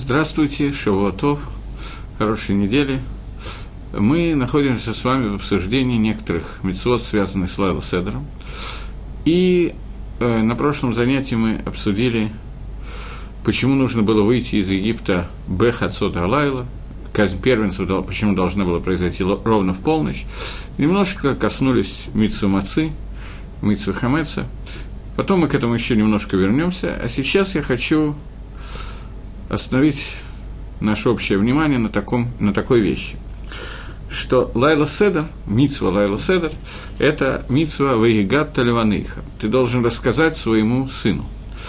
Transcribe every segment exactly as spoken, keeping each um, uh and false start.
Здравствуйте, шавуа тов, хорошей недели. Мы находимся с вами в обсуждении некоторых мицвот, связанных с Лайла Седером. И э, на прошлом занятии мы обсудили, почему нужно было выйти из Египта бехацот алайла, казнь первенцев, почему должна была произойти ровно в полночь. Немножко коснулись мицвы мацы, мицвы хамеца. Потом мы к этому еще немножко вернемся. А сейчас я хочу остановить наше общее внимание на, таком, на такой вещи, что Лайла Седер, мицва Лайла Седер, это мицва ваигат талеванейха. Ты должен рассказать своему сыну.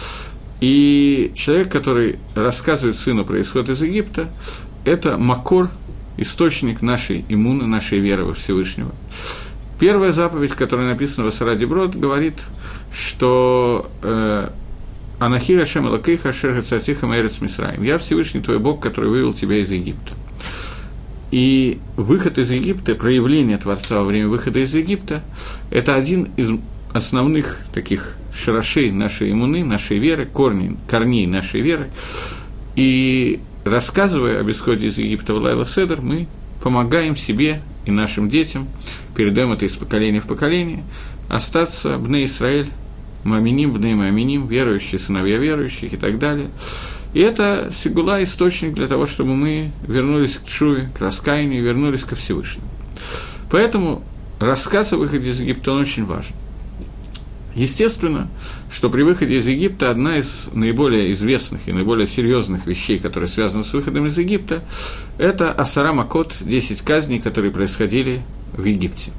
И человек, который рассказывает сыну про исход из Египта, это макор, источник нашей иммуны, нашей веры во Всевышнего. Первая заповедь, которая написана в Асара Диброт, говорит, что э, «Анахи Хашем Элокейха Ашер Гацатиха Мерец Мисраим». «Я Всевышний твой Бог, который вывел тебя из Египта». И выход из Египта, проявление Творца во время выхода из Египта – это один из основных таких шарашей нашей иммуны, нашей веры, корней, корней нашей веры. И рассказывая об исходе из Египта в Лайла Седер, мы помогаем себе и нашим детям, передаем это из поколения в поколение, остаться бней Исраэль, маминим, бней маминим, верующие, сыновья верующих и так далее. И это сигула, источник для того, чтобы мы вернулись к тшуве, к раскаянию, вернулись ко Всевышнему. Поэтому рассказ о выходе из Египта, он очень важен. Естественно, что при выходе из Египта одна из наиболее известных и наиболее серьезных вещей, которые связаны с выходом из Египта, это Асара Макот, десять казней, которые происходили в Египте.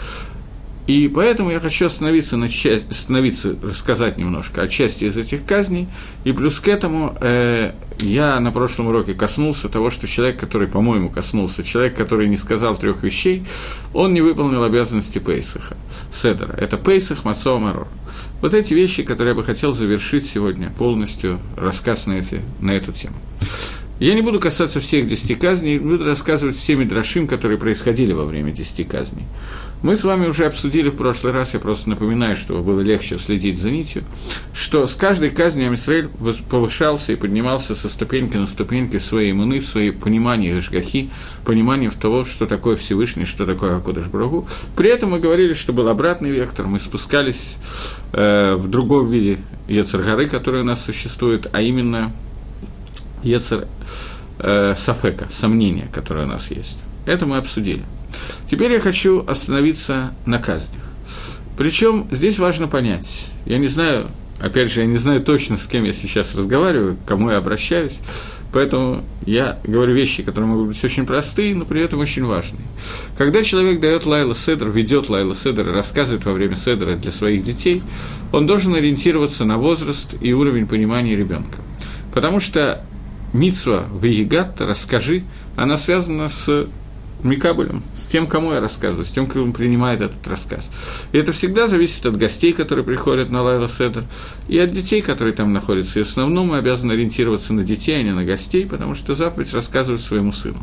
И поэтому я хочу остановиться, на часть, остановиться, рассказать немножко о части из этих казней, и плюс к этому э, я на прошлом уроке коснулся того, что человек, который, по-моему, коснулся, человек, который не сказал трех вещей, он не выполнил обязанности Пейсаха, Седера. Это Пейсах, Мацо, Марор. Вот эти вещи, которые я бы хотел завершить сегодня полностью рассказ на, эти, на эту тему. Я не буду касаться всех десяти казней, буду рассказывать все мидрашим, которые происходили во время десяти казней. Мы с вами уже обсудили в прошлый раз, я просто напоминаю, чтобы было легче следить за нитью, что с каждой казнью Ам Исраэль повышался и поднимался со ступеньки на ступеньки в своей иммуны, в своей понимании Гашгахи, понимании того, что такое Всевышний, что такое Акодеш Барух Ху. При этом мы говорили, что был обратный вектор, мы спускались э, в другом виде Йецер Гары, который у нас существует, а именно Йецер э, Сафека, сомнения, которые у нас есть. Это мы обсудили. Теперь я хочу остановиться на казнях. Причем здесь важно понять, я не знаю, опять же, я не знаю точно, с кем я сейчас разговариваю, к кому я обращаюсь, поэтому я говорю вещи, которые могут быть очень простые, но при этом очень важные. Когда человек дает Лайла Седер, ведет Лайла Седер, рассказывает во время Седера для своих детей, он должен ориентироваться на возраст и уровень понимания ребенка. Потому что мицва ваигат, расскажи, она связана с Микабелем, с тем, кому я рассказываю, с тем, кто принимает этот рассказ. И это всегда зависит от гостей, которые приходят на Лайла Седер, и от детей, которые там находятся. И в основном мы обязаны ориентироваться на детей, а не на гостей, потому что заповедь рассказывать своему сыну.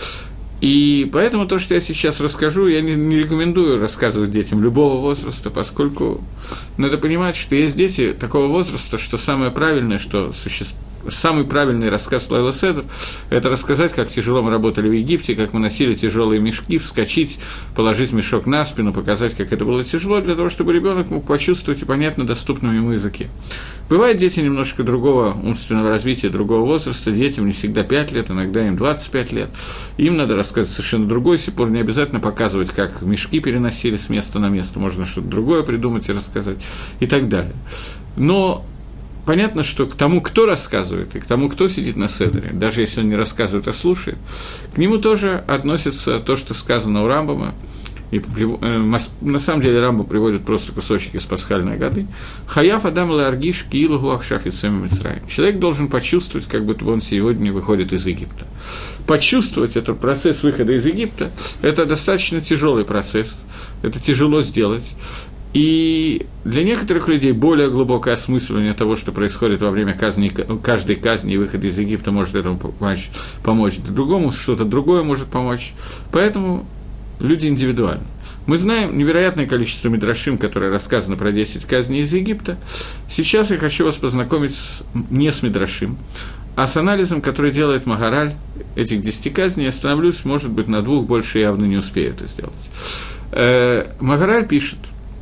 И поэтому то, что я сейчас расскажу, я не, не рекомендую рассказывать детям любого возраста, поскольку надо понимать, что есть дети такого возраста, что самое правильное, что существует, самый правильный рассказ Лайла Седер – это рассказать, как тяжело мы работали в Египте, как мы носили тяжелые мешки, вскочить, положить мешок на спину, показать, как это было тяжело, для того, чтобы ребенок мог почувствовать и понять на доступном ему языке. Бывают дети немножко другого умственного развития, другого возраста, детям не всегда пять лет, иногда им двадцать пять лет. Им надо рассказать совершенно другой сипур, не обязательно показывать, как мешки переносили с места на место, можно что-то другое придумать и рассказать, и так далее. Но понятно, что к тому, кто рассказывает, и к тому, кто сидит на седере, даже если он не рассказывает, а слушает, к нему тоже относится то, что сказано у Рамбама. И на самом деле Рамбам приводит просто кусочки из пасхальной годы. «Хаяф адам лааргиш киилу гу ахшав яцем мицраим». Человек должен почувствовать, как будто он сегодня выходит из Египта. Почувствовать этот процесс выхода из Египта – это достаточно тяжелый процесс, это тяжело сделать. И для некоторых людей более глубокое осмысливание того, что происходит во время казни, каждой казни и выхода из Египта, может этому помочь, помочь другому, что-то другое может помочь. Поэтому люди индивидуальны. Мы знаем невероятное количество мидрашим, которые рассказано про десять казней из Египта. Сейчас я хочу вас познакомить с, не с мидрашим, а с анализом, который делает Магараль, этих десяти казней, я остановлюсь, может быть, на двух, больше явно не успею это сделать. Э, Магараль пишет,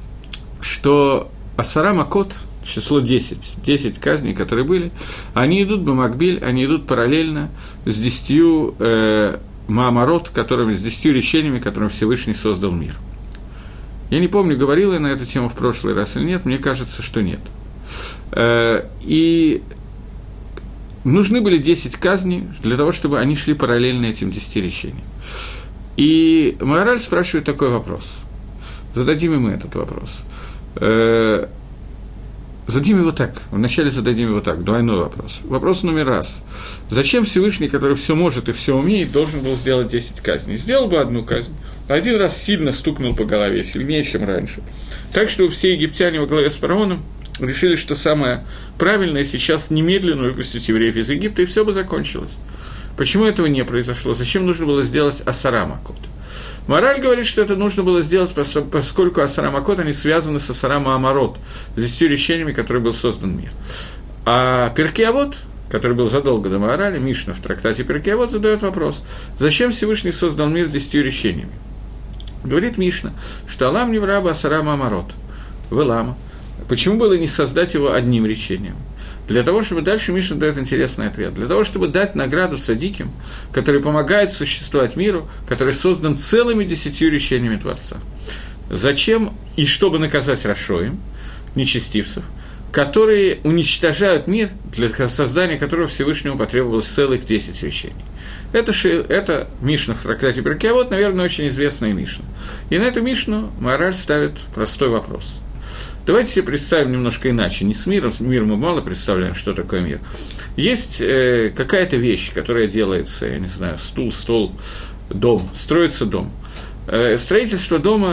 что Асара Макот, число десять, десять казней, которые были, они идут бамакбиль, они идут параллельно с десятью э, маамарот, которыми, с десятью речениями, которыми Всевышний создал мир. Я не помню, говорил я на эту тему в прошлый раз или нет, мне кажется, что нет. Э, и нужны были десять казней для того, чтобы они шли параллельно этим десяти речениям. И Магараль спрашивает такой вопрос. Зададим ему этот вопрос. Э, Зададим его так, вначале зададим его так, двойной вопрос. Вопрос номер раз. Зачем Всевышний, который все может и все умеет, должен был сделать десять казней? Сделал бы одну казнь. Один раз сильно стукнул по голове, сильнее, чем раньше. Так что все египтяне во главе с фараоном решили, что самое правильное сейчас немедленно выпустить евреев из Египта, и все бы закончилось. Почему этого не произошло? Зачем нужно было сделать Асара Макот? Мораль говорит, что это нужно было сделать, поскольку Асара Макот, они связаны с Асара Маамарот, с десятью речениями, которым был создан мир. А Перкей Авот, который был задолго до Маораля, Мишна в трактате Перкей Авот задает вопрос, зачем Всевышний создал мир десятью речениями? Говорит Мишна, что Алам не враба Асара Маамарот, Велама. Почему было не создать его одним речением? Для того, чтобы дальше Мишна дает интересный ответ. Для того, чтобы дать награду садиким, которые помогают существовать миру, который создан целыми десятью речениями Творца. Зачем? И чтобы наказать рашоим, нечестивцев, которые уничтожают мир, для создания которого Всевышнему потребовалось целых десять речений. Это, это Мишна в трактате Перкей Авот, наверное, очень известная Мишна. И на эту Мишну Маораль ставит простой вопрос. Давайте себе представим немножко иначе. Не с миром, с миром мы мало представляем, что такое мир. Есть э, какая-то вещь, которая делается, я не знаю, стул, стол, дом, строится дом. Э, строительство дома,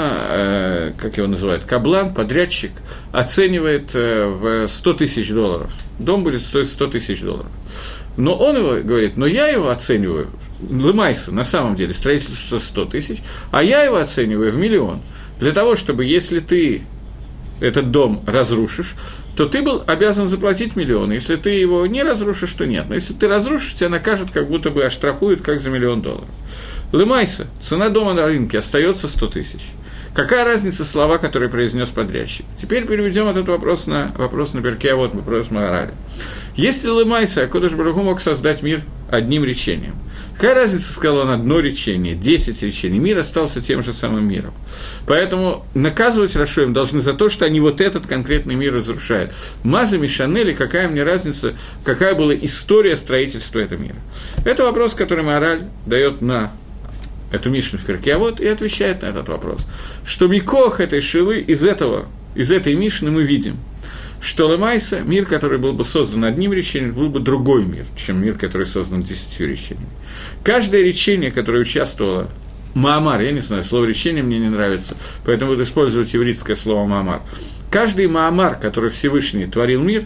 э, как его называют, каблан, подрядчик, оценивает э, в сто тысяч долларов. Дом будет стоить сто тысяч долларов. Но он его говорит, но я его оцениваю, лымайся, на самом деле, строительство сто тысяч, а я его оцениваю в миллион. Для того, чтобы, если ты этот дом разрушишь, то ты был обязан заплатить миллион. Если ты его не разрушишь, то нет. Но если ты разрушишь, тебя накажут, как будто бы оштрафуют, как за миллион долларов. Лымайся, цена дома на рынке остается сто тысяч. Какая разница слова, которые произнес подрядчик? Теперь переведем этот вопрос на вопрос на Перкей Авот, вопрос Маораля. Если Лымайса, Акодыш Барух Ху мог создать мир одним речением, какая разница, сказал он, одно речение, десять речений, мир остался тем же самым миром. Поэтому наказывать рашоим должны за то, что они вот этот конкретный мир разрушают. Маза Мишанели, какая мне разница, какая была история строительства этого мира? Это вопрос, который Маораль дает на эту Мишну в Перкей Авот и отвечает на этот вопрос, что микох этой шилы из этого, из этой Мишны мы видим, что Лемайса, мир, который был бы создан одним речением, был бы другой мир, чем мир, который создан десятью речениями. Каждое речение, которое участвовало, Маамар, я не знаю, слово речение мне не нравится, поэтому буду использовать еврейское слово Маамар. Каждый Маамар, который Всевышний творил мир,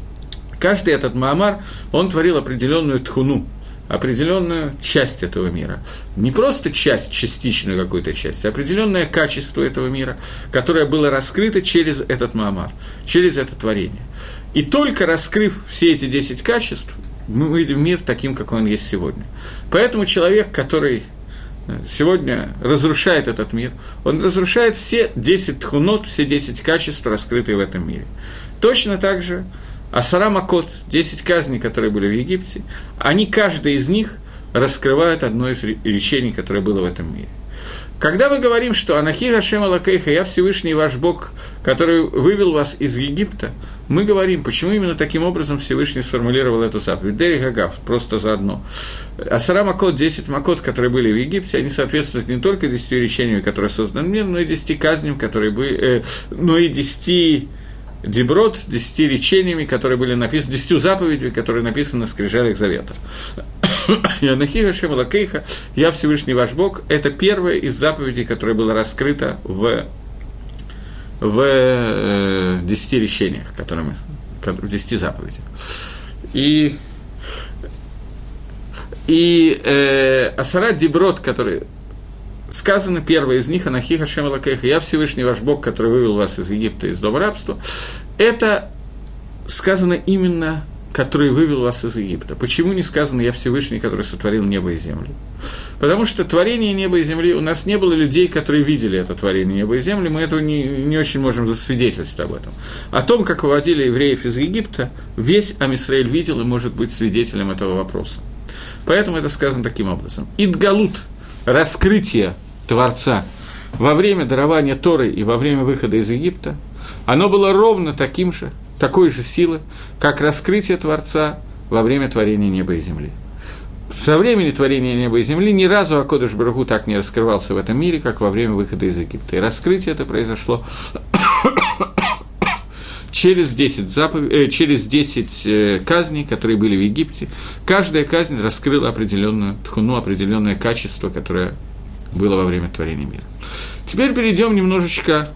каждый этот Маамар, он творил определенную тхуну, определенную часть этого мира. Не просто часть, частичную какую-то часть, а определенное качество этого мира, которое было раскрыто через этот Маамар, через это творение. И только раскрыв все эти десять качеств, мы видим мир таким, какой он есть сегодня. Поэтому человек, который сегодня разрушает этот мир, он разрушает все десять тхунот, все десять качеств, раскрытые в этом мире. Точно так же Асара Макот, десять казней, которые были в Египте, они, каждый из них, раскрывают одно из речений, которое было в этом мире. Когда мы говорим, что «Анахи Гашем Алакейха, я Всевышний ваш Бог, который вывел вас из Египта», мы говорим, почему именно таким образом Всевышний сформулировал эту заповедь. Дери Гагав, просто заодно. Асара Макот, десять Макот, которые были в Египте, они соответствуют не только десяти речениями, которые создан мир, но и десяти казням, которые были, э, но и десяти Деброд, десяти речениями, которые были написаны, десятью заповедями, которые написаны на скрижалях завета. «Анахи Гашем Элокейха, я Всевышний ваш Бог», это первая из заповедей, которая была раскрыта в, в э, десяти речениях, которые мы, в десяти заповедях. И, и э, Асара Деброд, который сказано, первое из них, «Анахи Гашем Элокейха, я Всевышний ваш Бог, который вывел вас из Египта, из дома рабства», это сказано именно который вывел вас из Египта. Почему не сказано «Я Всевышний, который сотворил небо и землю»? Потому что творение неба и земли, у нас не было людей, которые видели это творение неба и земли, мы этого не, не очень можем засвидетельствовать об этом. О том, как выводили евреев из Египта, весь Ам Исраэль видел и может быть свидетелем этого вопроса. Поэтому это сказано таким образом. Идгалут, раскрытие Творца во время дарования Торы и во время выхода из Египта, оно было ровно таким же, такой же силы, как раскрытие Творца во время творения неба и земли. Со времени творения неба и земли ни разу Акодыш Барух Ху так не раскрывался в этом мире, как во время выхода из Египта. И раскрытие это произошло через десять, запов... э, через десять э, казней, которые были в Египте. Каждая казнь раскрыла определенную тхуну, определенное качество, которое было во время творения мира. Теперь перейдем немножечко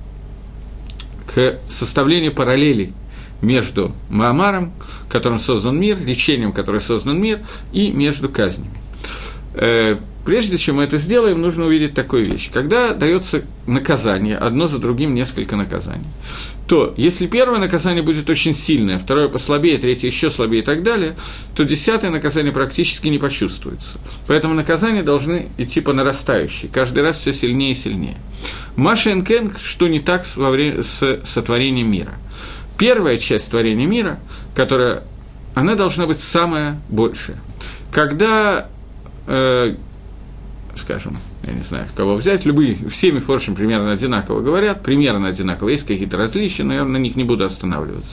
к составлению параллелей между Маамаром, которым создан мир, лечением, которым создан мир, и между казнями. Э, прежде чем мы это сделаем, нужно увидеть такую вещь. Когда дается наказание, одно за другим несколько наказаний, то если первое наказание будет очень сильное, второе послабее, третье еще слабее и так далее, то десятое наказание практически не почувствуется. Поэтому наказания должны идти по нарастающей, каждый раз все сильнее и сильнее. Маша Энкен, что не так во время, с сотворением мира. Первая часть творения мира, которая, она должна быть самая большая. Когда, э, скажем, я не знаю, кого взять, любые, все мифоршим примерно одинаково говорят, примерно одинаково, есть какие-то различия, но я на них не буду останавливаться.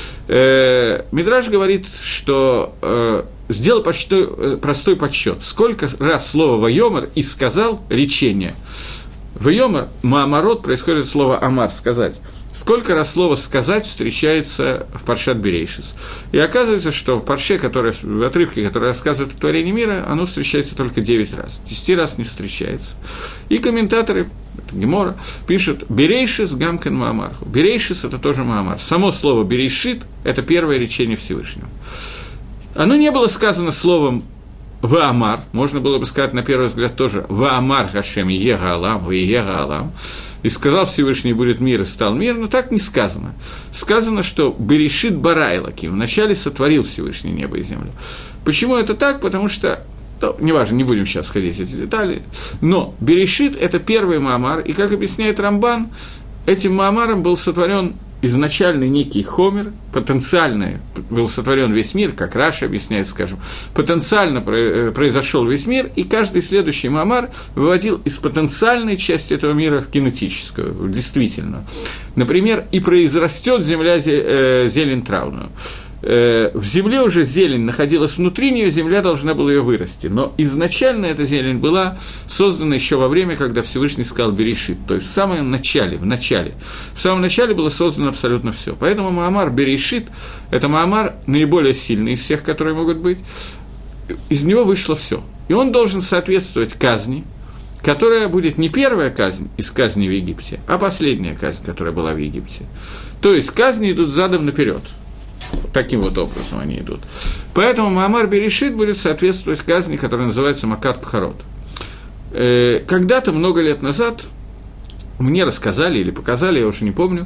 Э, Мидраш говорит, что э, сделал почтой, простой подсчет, сколько раз слово «вайомар» и сказал речение. «Вайомар», «маамарот» происходит слово «амар» – «сказать». Сколько раз слово «сказать» встречается в Паршат Берейшис. И оказывается, что в Парше, которая, в отрывке, который рассказывает о творении мира, оно встречается только девять раз. десять раз не встречается. И комментаторы, это Гемора, пишут «Берейшис гамкен маамарху». Берейшис – это тоже маамар. Само слово «берейшит» – это первое речение Всевышнего. Оно не было сказано словом «ваамар», можно было бы сказать, на первый взгляд, тоже «ваамар хашем ега алам, веега алам». И сказал Всевышний, будет мир, и стал мир, но так не сказано. Сказано, что «берешит барай лаким», вначале сотворил Всевышний небо и землю. Почему это так? Потому что, ну, неважно, не будем сейчас ходить в эти детали, но «берешит» – это первый маамар, и, как объясняет Рамбан, этим маамаром был сотворен изначальный некий хомер, потенциально был сотворен весь мир, как Раши объясняет, скажем, потенциально произошел весь мир, и каждый следующий маамар выводил из потенциальной части этого мира в кинетическую, в действительную. Например, «и произрастет земля зелень травную». В земле уже зелень находилась внутри нее, земля должна была ее вырасти. Но изначально эта зелень была создана еще во время, когда Всевышний сказал «берешит». То есть в самом начале, в начале. В самом начале было создано абсолютно все. Поэтому маамар «берешит» – это маамар наиболее сильный из всех, которые могут быть. Из него вышло все. И он должен соответствовать казни, которая будет не первая казнь из казни в Египте, а последняя казнь, которая была в Египте. То есть казни идут задом наперед. Таким вот образом они идут. Поэтому маамар Берешит будет соответствовать казни, которая называется Макат Пхарот. Когда-то, много лет назад, мне рассказали или показали, я уже не помню,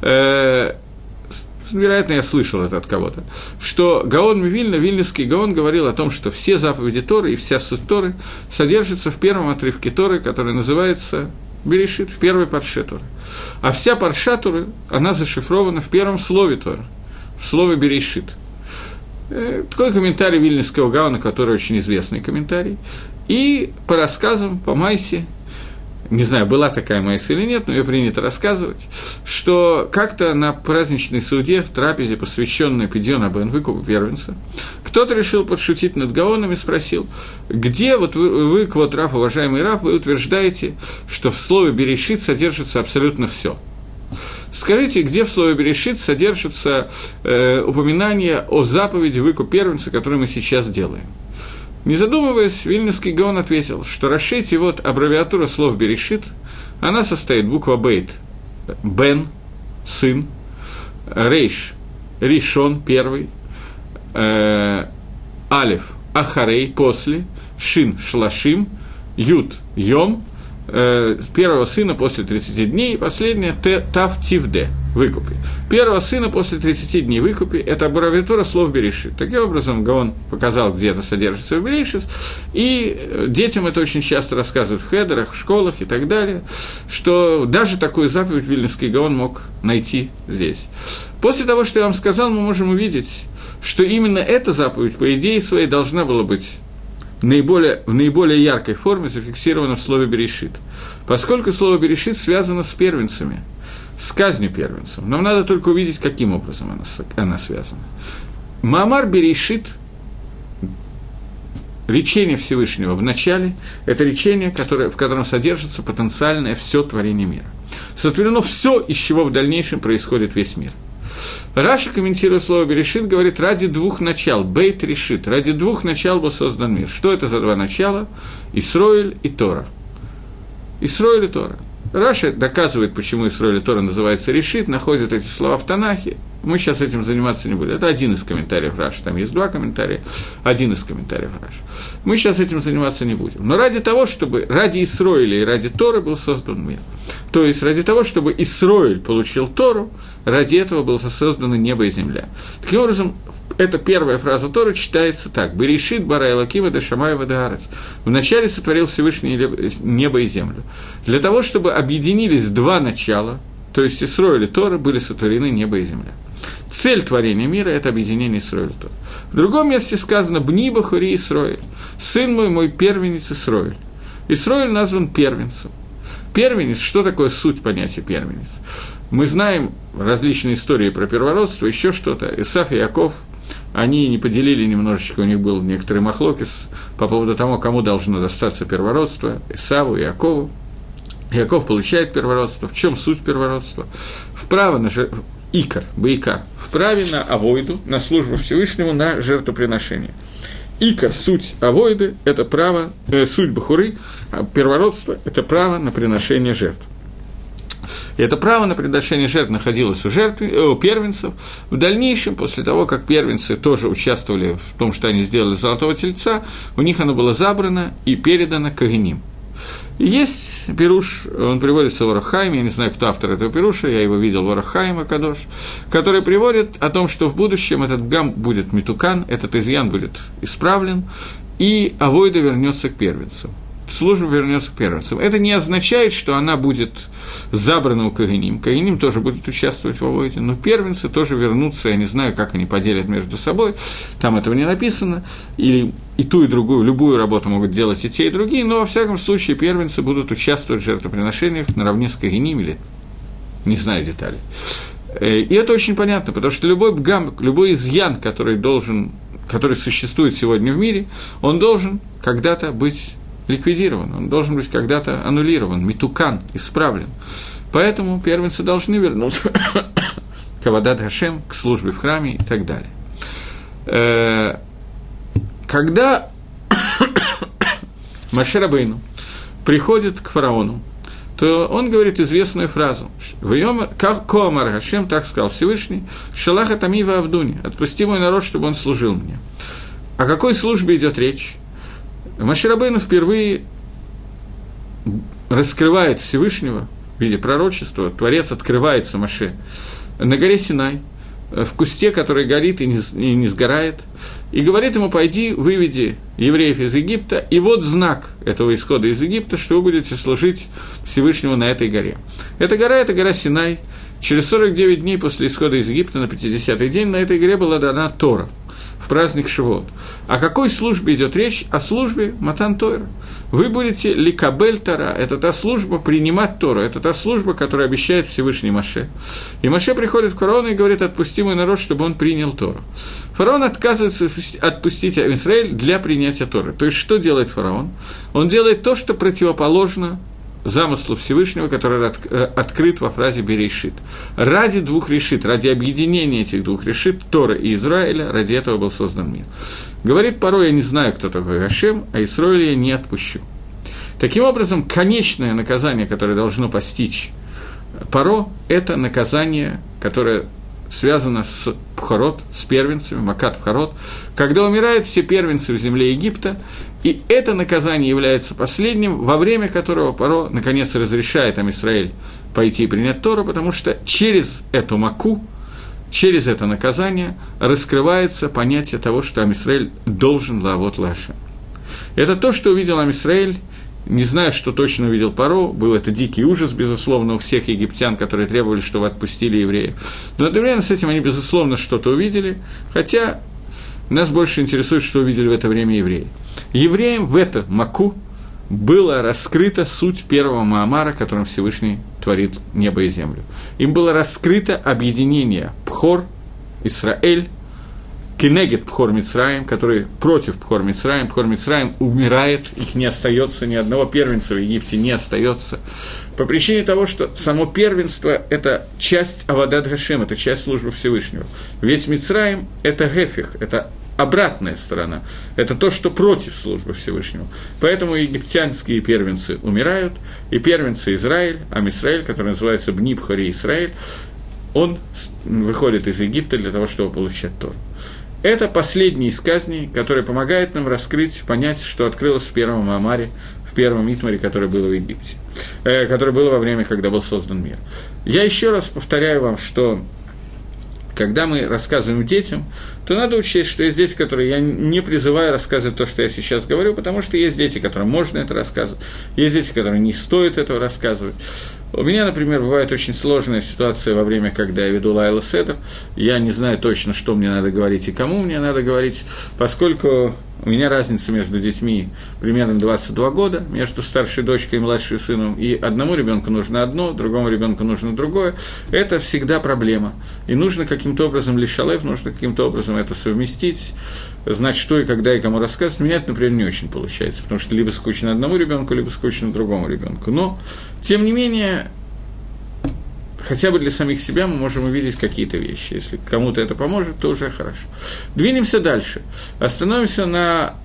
вероятно, я слышал это от кого-то, что Гаон Мивильна, вильнюсский Гаон, говорил о том, что все заповеди Торы и вся суть Торы содержатся в первом отрывке Торы, который называется Берешит, в первой парше Торы. А вся парша Торы, она зашифрована в первом слове Торы. Слово «берешит». Такой комментарий вильнюсского Гаона, который очень известный комментарий. И по рассказам, по Майсе, не знаю, была такая Майса или нет, но ее принято рассказывать, что как-то на праздничной суде, в трапезе, посвященной Пидьон Абен, выкупу первенца, кто-то решил подшутить над Гаоном и спросил, где вот вы, вы квот Рав, уважаемый Рав, вы утверждаете, что в слове «берешит» содержится абсолютно все. Скажите, где в слове «берешит» содержится э, упоминание о заповеди выкуп первенца, которую мы сейчас делаем? Не задумываясь, вильнюсский Гаон ответил, что расширить вот аббревиатура слов «берешит», она состоит буква «бейт» – «бен», «сын», «рейш», «ришон», «первый», э, «алев», «ахарей», «после», «шин», «шлашим», «ют», «йом», первого сына после тридцати дней, и последнее – Тав Тивде. выкупе. Первого сына после тридцати дней выкупе – это аббревиатура слов Берешит. Таким образом, Гаон показал, где это содержится в Берешит, и детям это очень часто рассказывают в хедерах, в школах и так далее, что даже такую заповедь Вильнюсский Гаон мог найти здесь. После того, что я вам сказал, мы можем увидеть, что именно эта заповедь, по идее своей, должна была быть наиболее, в наиболее яркой форме зафиксирована в слове «берешит», поскольку слово «берешит» связано с первенцами, с казнью первенцев. Нам надо только увидеть, каким образом она, она связана. Маамар Берешит, речение Всевышнего в начале, это речение, которое, в котором содержится потенциальное все творение мира. Сотворено все, из чего в дальнейшем происходит весь мир. Раши, комментируя слово «берешит», говорит, ради двух начал, бейт решит, ради двух начал был создан мир. Что это за два начала? Исроэль и Тора. Исроэль и Тора. Раши доказывает, почему Исроэль и Тора называется решит, находит эти слова в Танахе. Мы сейчас этим заниматься не будем. Это один из комментариев Раши. Там есть два комментария, один из комментариев Раши. Мы сейчас этим заниматься не будем. Но ради того, чтобы ради Исроэля и ради Торы был создан мир. То есть ради того, чтобы Исроэль получил Тору, ради этого было создано небо и земля. Таким образом, эта первая фраза Торы читается так: «Берешит бара элоким эд ашамай вэд аарец». Вначале сотворил Всевышний небо и землю. Для того, чтобы объединились два начала, то есть Исроэль и Тора, были сотворены небо и земля. Цель творения мира – это объединение Исроэля и Тора. В другом месте сказано «Бни бахури Исроэль», «Сын мой, мой первенец Исроэль». Исроэль назван первенцем. Первенец, что такое суть понятия первенец? Мы знаем различные истории про первородство, еще что-то. Исав и Яков, они не поделили немножечко, у них был некоторый махлокис по поводу того, кому должно достаться первородство, Исаву и Якову. Яков получает первородство. В чем суть первородства? Вправо на жер... Икар, Баикар, вправе на авойду, на службу Всевышнему, на жертвоприношение. Икар, суть авойды, это право, э, суть бахуры, а первородство – это право на приношение жертв. И это право на приношение жертв находилось у, жертв, э, у первенцев. В дальнейшем, после того, как первенцы тоже участвовали в том, что они сделали золотого тельца, у них оно было забрано и передано кагеним. Есть пируш, он приводится в Орах Хаиме, я не знаю, кто автор этого пируша, я его видел в Орах Хаиме Кадош, который приводит о том, что в будущем этот гам будет митукан, этот изъян будет исправлен, и авойда вернется к первенцам. Служба вернется к первенцам. Это не означает, что она будет забрана у Кагеним. Кагеним тоже будет участвовать в авойде, но первенцы тоже вернутся, я не знаю, как они поделят между собой, там этого не написано, или и ту, и другую, любую работу могут делать и те, и другие, но во всяком случае первенцы будут участвовать в жертвоприношениях наравне с Кагеним, или не знаю деталей. И это очень понятно, потому что любой бгам, любой изъян, который должен, который существует сегодня в мире, он должен когда-то быть ликвидирован, он должен быть когда-то аннулирован, митукан, исправлен. Поэтому первенцы должны вернуться к Авадат Хашем, к службе в храме и так далее. Когда Моше Рабейну приходит к фараону, то он говорит известную фразу: «Как Коамар Хашем, так сказал Всевышний, шалаха тами ва авдуни, отпусти мой народ, чтобы он служил мне». О какой службе идет речь? Моше Рабейну впервые раскрывает Всевышнего в виде пророчества, Творец открывается Моше на горе Синай, в кусте, который горит и не, и не сгорает, и говорит ему: пойди, выведи евреев из Египта, и вот знак этого исхода из Египта, что вы будете служить Всевышнему на этой горе. Эта гора – это гора Синай. Через сорок девять дней после исхода из Египта, на пятидесятый день, на этой горе была дана Тора, в праздник Шивот. О какой службе идет речь? О службе Матан Тойра. Вы будете ликабель Тора, это та служба, принимать Тору, это та служба, которую обещает Всевышний Моше. И Моше приходит к фараону и говорит: отпусти мой народ, чтобы он принял Тору. Фараон отказывается отпустить Израиль для принятия Торы. То есть, что делает фараон? Он делает то, что противоположно замыслу Всевышнего, который от, открыт во фразе «берешит». Ради двух решит, ради объединения этих двух решит, Торы и Израиля, ради этого был создан мир. Говорит порой: я не знаю, кто такой Гашем, а Израиля я не отпущу. Таким образом, конечное наказание, которое должно постичь Паро, это наказание, которое связано с Пхорот, с первенцами, Макат Пхорот, когда умирают все первенцы в земле Египта, и это наказание является последним, во время которого Паро, наконец, разрешает Ам Исраэль пойти и принять Тору, потому что через эту Маку, через это наказание раскрывается понятие того, что Ам Исраэль должен лаавот лашем. Это то, что увидел Ам Исраэль. Не знаю, что точно увидел Паро, был это дикий ужас, безусловно, у всех египтян, которые требовали, чтобы отпустили евреев. Но одновременно с этим они, безусловно, что-то увидели, хотя нас больше интересует, что увидели в это время евреи. Евреям в это Маку была раскрыта суть первого Маамара, которым Всевышний творит небо и землю. Им было раскрыто объединение Пхор, Исраэль, Кенегет Пхор Мицраим, который против Пхор Мицраим. Пхор Мицраим умирает, их не остается, ни одного первенца в Египте не остается. По причине того, что само первенство – это часть Авадат Гашем, это часть службы Всевышнего. Весь Мицраим – это гефих, это обратная сторона, это то, что против службы Всевышнего. Поэтому египтянские первенцы умирают, и первенцы Израиль, Ам Исраэль, который называется Бни Пхори Исраэль, он выходит из Египта для того, чтобы получать Тору. Это последний из казней, который помогает нам раскрыть, понять, что открылось в первом Маамаре, в первом Итмаре, который был в Египте, э, который был во время, когда был создан мир. Я еще раз повторяю вам, что когда мы рассказываем детям, то надо учесть, что есть дети, которые я не призываю рассказывать то, что я сейчас говорю, потому что есть дети, которым можно это рассказывать, есть дети, которым не стоит этого рассказывать. У меня, например, бывает очень сложная ситуация во время, когда я веду Лайла Седер. Я не знаю точно, что мне надо говорить и кому мне надо говорить, поскольку у меня разница между детьми примерно двадцать два года, между старшей дочкой и младшим сыном, и одному ребенку нужно одно, другому ребенку нужно другое. Это всегда проблема. И нужно каким-то образом лишалев, нужно каким-то образом это совместить, знать, что и когда и кому рассказывать. У меня это, например, не очень получается, потому что либо скучно одному ребенку, либо скучно другому ребенку. Но, тем не менее, хотя бы для самих себя мы можем увидеть какие-то вещи. Если кому-то это поможет, то уже хорошо. Двинемся дальше. Остановимся на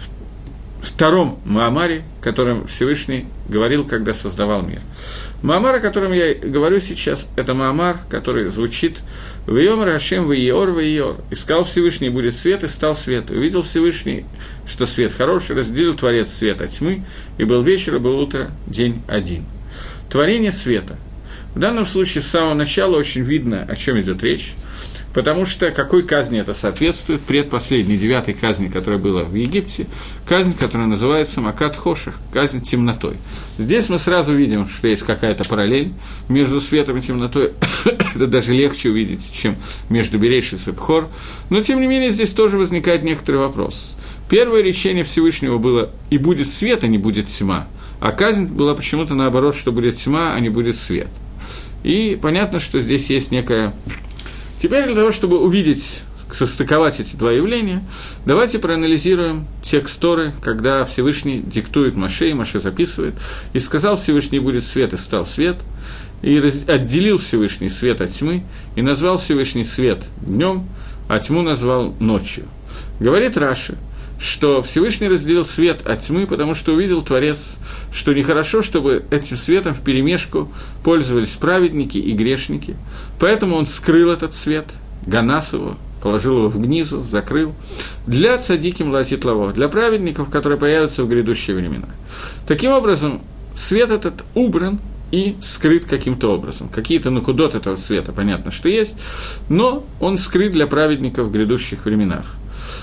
втором Маамаре, которым Всевышний говорил, когда создавал мир. Маамар, о котором я говорю сейчас, это Маамар, который звучит «Вейомар Ашем вейор вейор». И сказал Всевышний, будет свет, и стал свет. И увидел Всевышний, что свет хороший, разделил Творец свет от тьмы, и был вечер, и был утро, день один. Творение света. В данном случае с самого начала очень видно, о чем идет речь, потому что какой казни это соответствует, предпоследней, девятой казни, которая была в Египте, казнь, которая называется Макат Хоших, казнь темнотой. Здесь мы сразу видим, что есть какая-то параллель между светом и темнотой, это даже легче увидеть, чем между Берешит и Пхор, но тем не менее здесь тоже возникает некоторый вопрос. Первое речение Всевышнего было «и будет свет, а не будет тьма», а казнь была почему-то наоборот, что будет тьма, а не будет свет. И понятно, что здесь есть некая... Теперь для того, чтобы увидеть, состыковать эти два явления, давайте проанализируем текст Торы, когда Всевышний диктует Моше, и Моше записывает, и сказал Всевышний будет свет, и стал свет, и раз... отделил Всевышний свет от тьмы, и назвал Всевышний свет днем, а тьму назвал ночью. Говорит Раши, что Всевышний разделил свет от тьмы, потому что увидел Творец, что нехорошо, чтобы этим светом вперемешку пользовались праведники и грешники, поэтому он скрыл этот свет, ганас его, положил его в гнизу, закрыл, для цадиким латитлаво, для праведников, которые появятся в грядущие времена. Таким образом, свет этот убран и скрыт каким-то образом. Какие-то накудот этого света, понятно, что есть, но он скрыт для праведников в грядущих временах.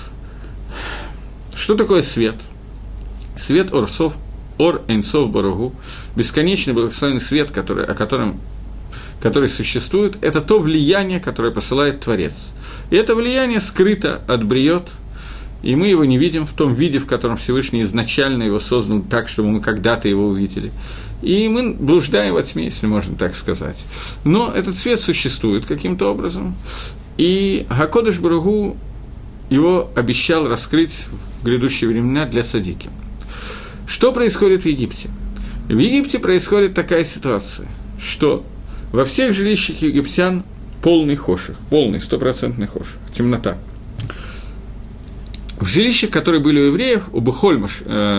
Что такое свет? Свет Орцов, Ор Эйнсов Баругу, бесконечный благословенный свет, который, о котором, который существует, это то влияние, которое посылает Творец. И это влияние скрыто от бриот, и мы его не видим в том виде, в котором Всевышний изначально его создал так, чтобы мы когда-то его увидели. И мы блуждаем во тьме, если можно так сказать. Но этот свет существует каким-то образом, и Гакодеш Баругу его обещал раскрыть в грядущие времена для цадики. Что происходит в Египте? В Египте происходит такая ситуация, что во всех жилищах египтян полный хоших, полный стопроцентный хоших, темнота. В жилищах, которые были у евреев, у Бехольмаш, э,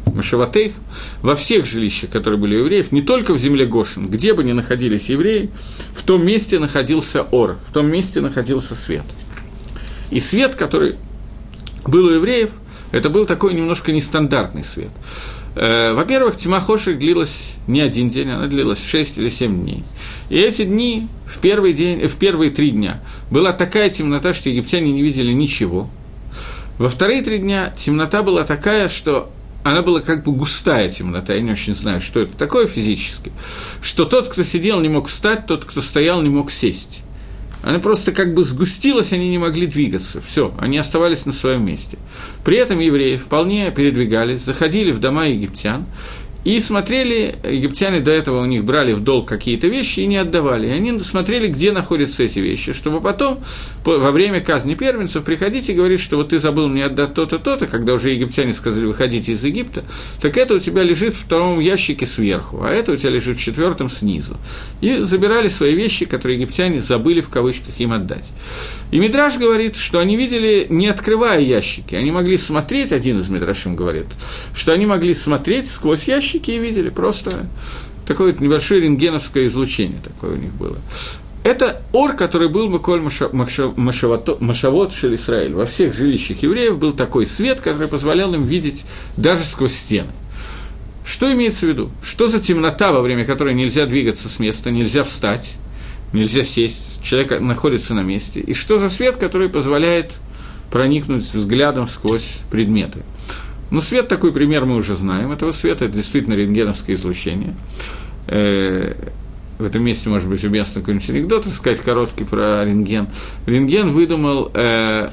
Машаватейх, во всех жилищах, которые были у евреев, не только в земле Гошен, где бы ни находились евреи, в том месте находился ор, в том месте находился свет. И свет, который был у евреев, это был такой немножко нестандартный свет. Во-первых, тьма Хошек длилась не один день, она длилась шесть или семь дней. И эти дни, в, первый день, в первые три дня, была такая темнота, что египтяне не видели ничего. Во вторые три дня темнота была такая, что она была как бы густая темнота, я не очень знаю, что это такое физически, что тот, кто сидел, не мог встать, тот, кто стоял, не мог сесть. Она просто как бы сгустилась, они не могли двигаться. Все, они оставались на своем месте. При этом евреи вполне передвигались, заходили в дома египтян и смотрели, египтяне до этого у них брали в долг какие-то вещи и не отдавали. И они смотрели, где находятся эти вещи, чтобы потом, во время казни первенцев, приходить и говорить, что вот ты забыл мне отдать то-то, то-то, когда уже египтяне сказали, выходите из Египта, так это у тебя лежит в втором ящике сверху, а это у тебя лежит в четвертом снизу. И забирали свои вещи, которые египтяне забыли в кавычках им отдать. И Мидраш говорит, что они видели, не открывая ящики, они могли смотреть, один из Мидрашим говорит, что они могли смотреть сквозь ящики, и видели, просто такое небольшое рентгеновское излучение такое у них было. Это ор, который был бы коль машавот шель Исраэль. Во всех жилищах евреев был такой свет, который позволял им видеть даже сквозь стены. Что имеется в виду? Что за темнота, во время которой нельзя двигаться с места, нельзя встать, нельзя сесть, человек находится на месте? И что за свет, который позволяет проникнуть взглядом сквозь предметы? Ну, свет, такой пример мы уже знаем этого света, это действительно рентгеновское излучение. Э-э- в этом месте, может быть, уместно какой-нибудь анекдот сказать короткий про рентген. Рентген выдумал, э-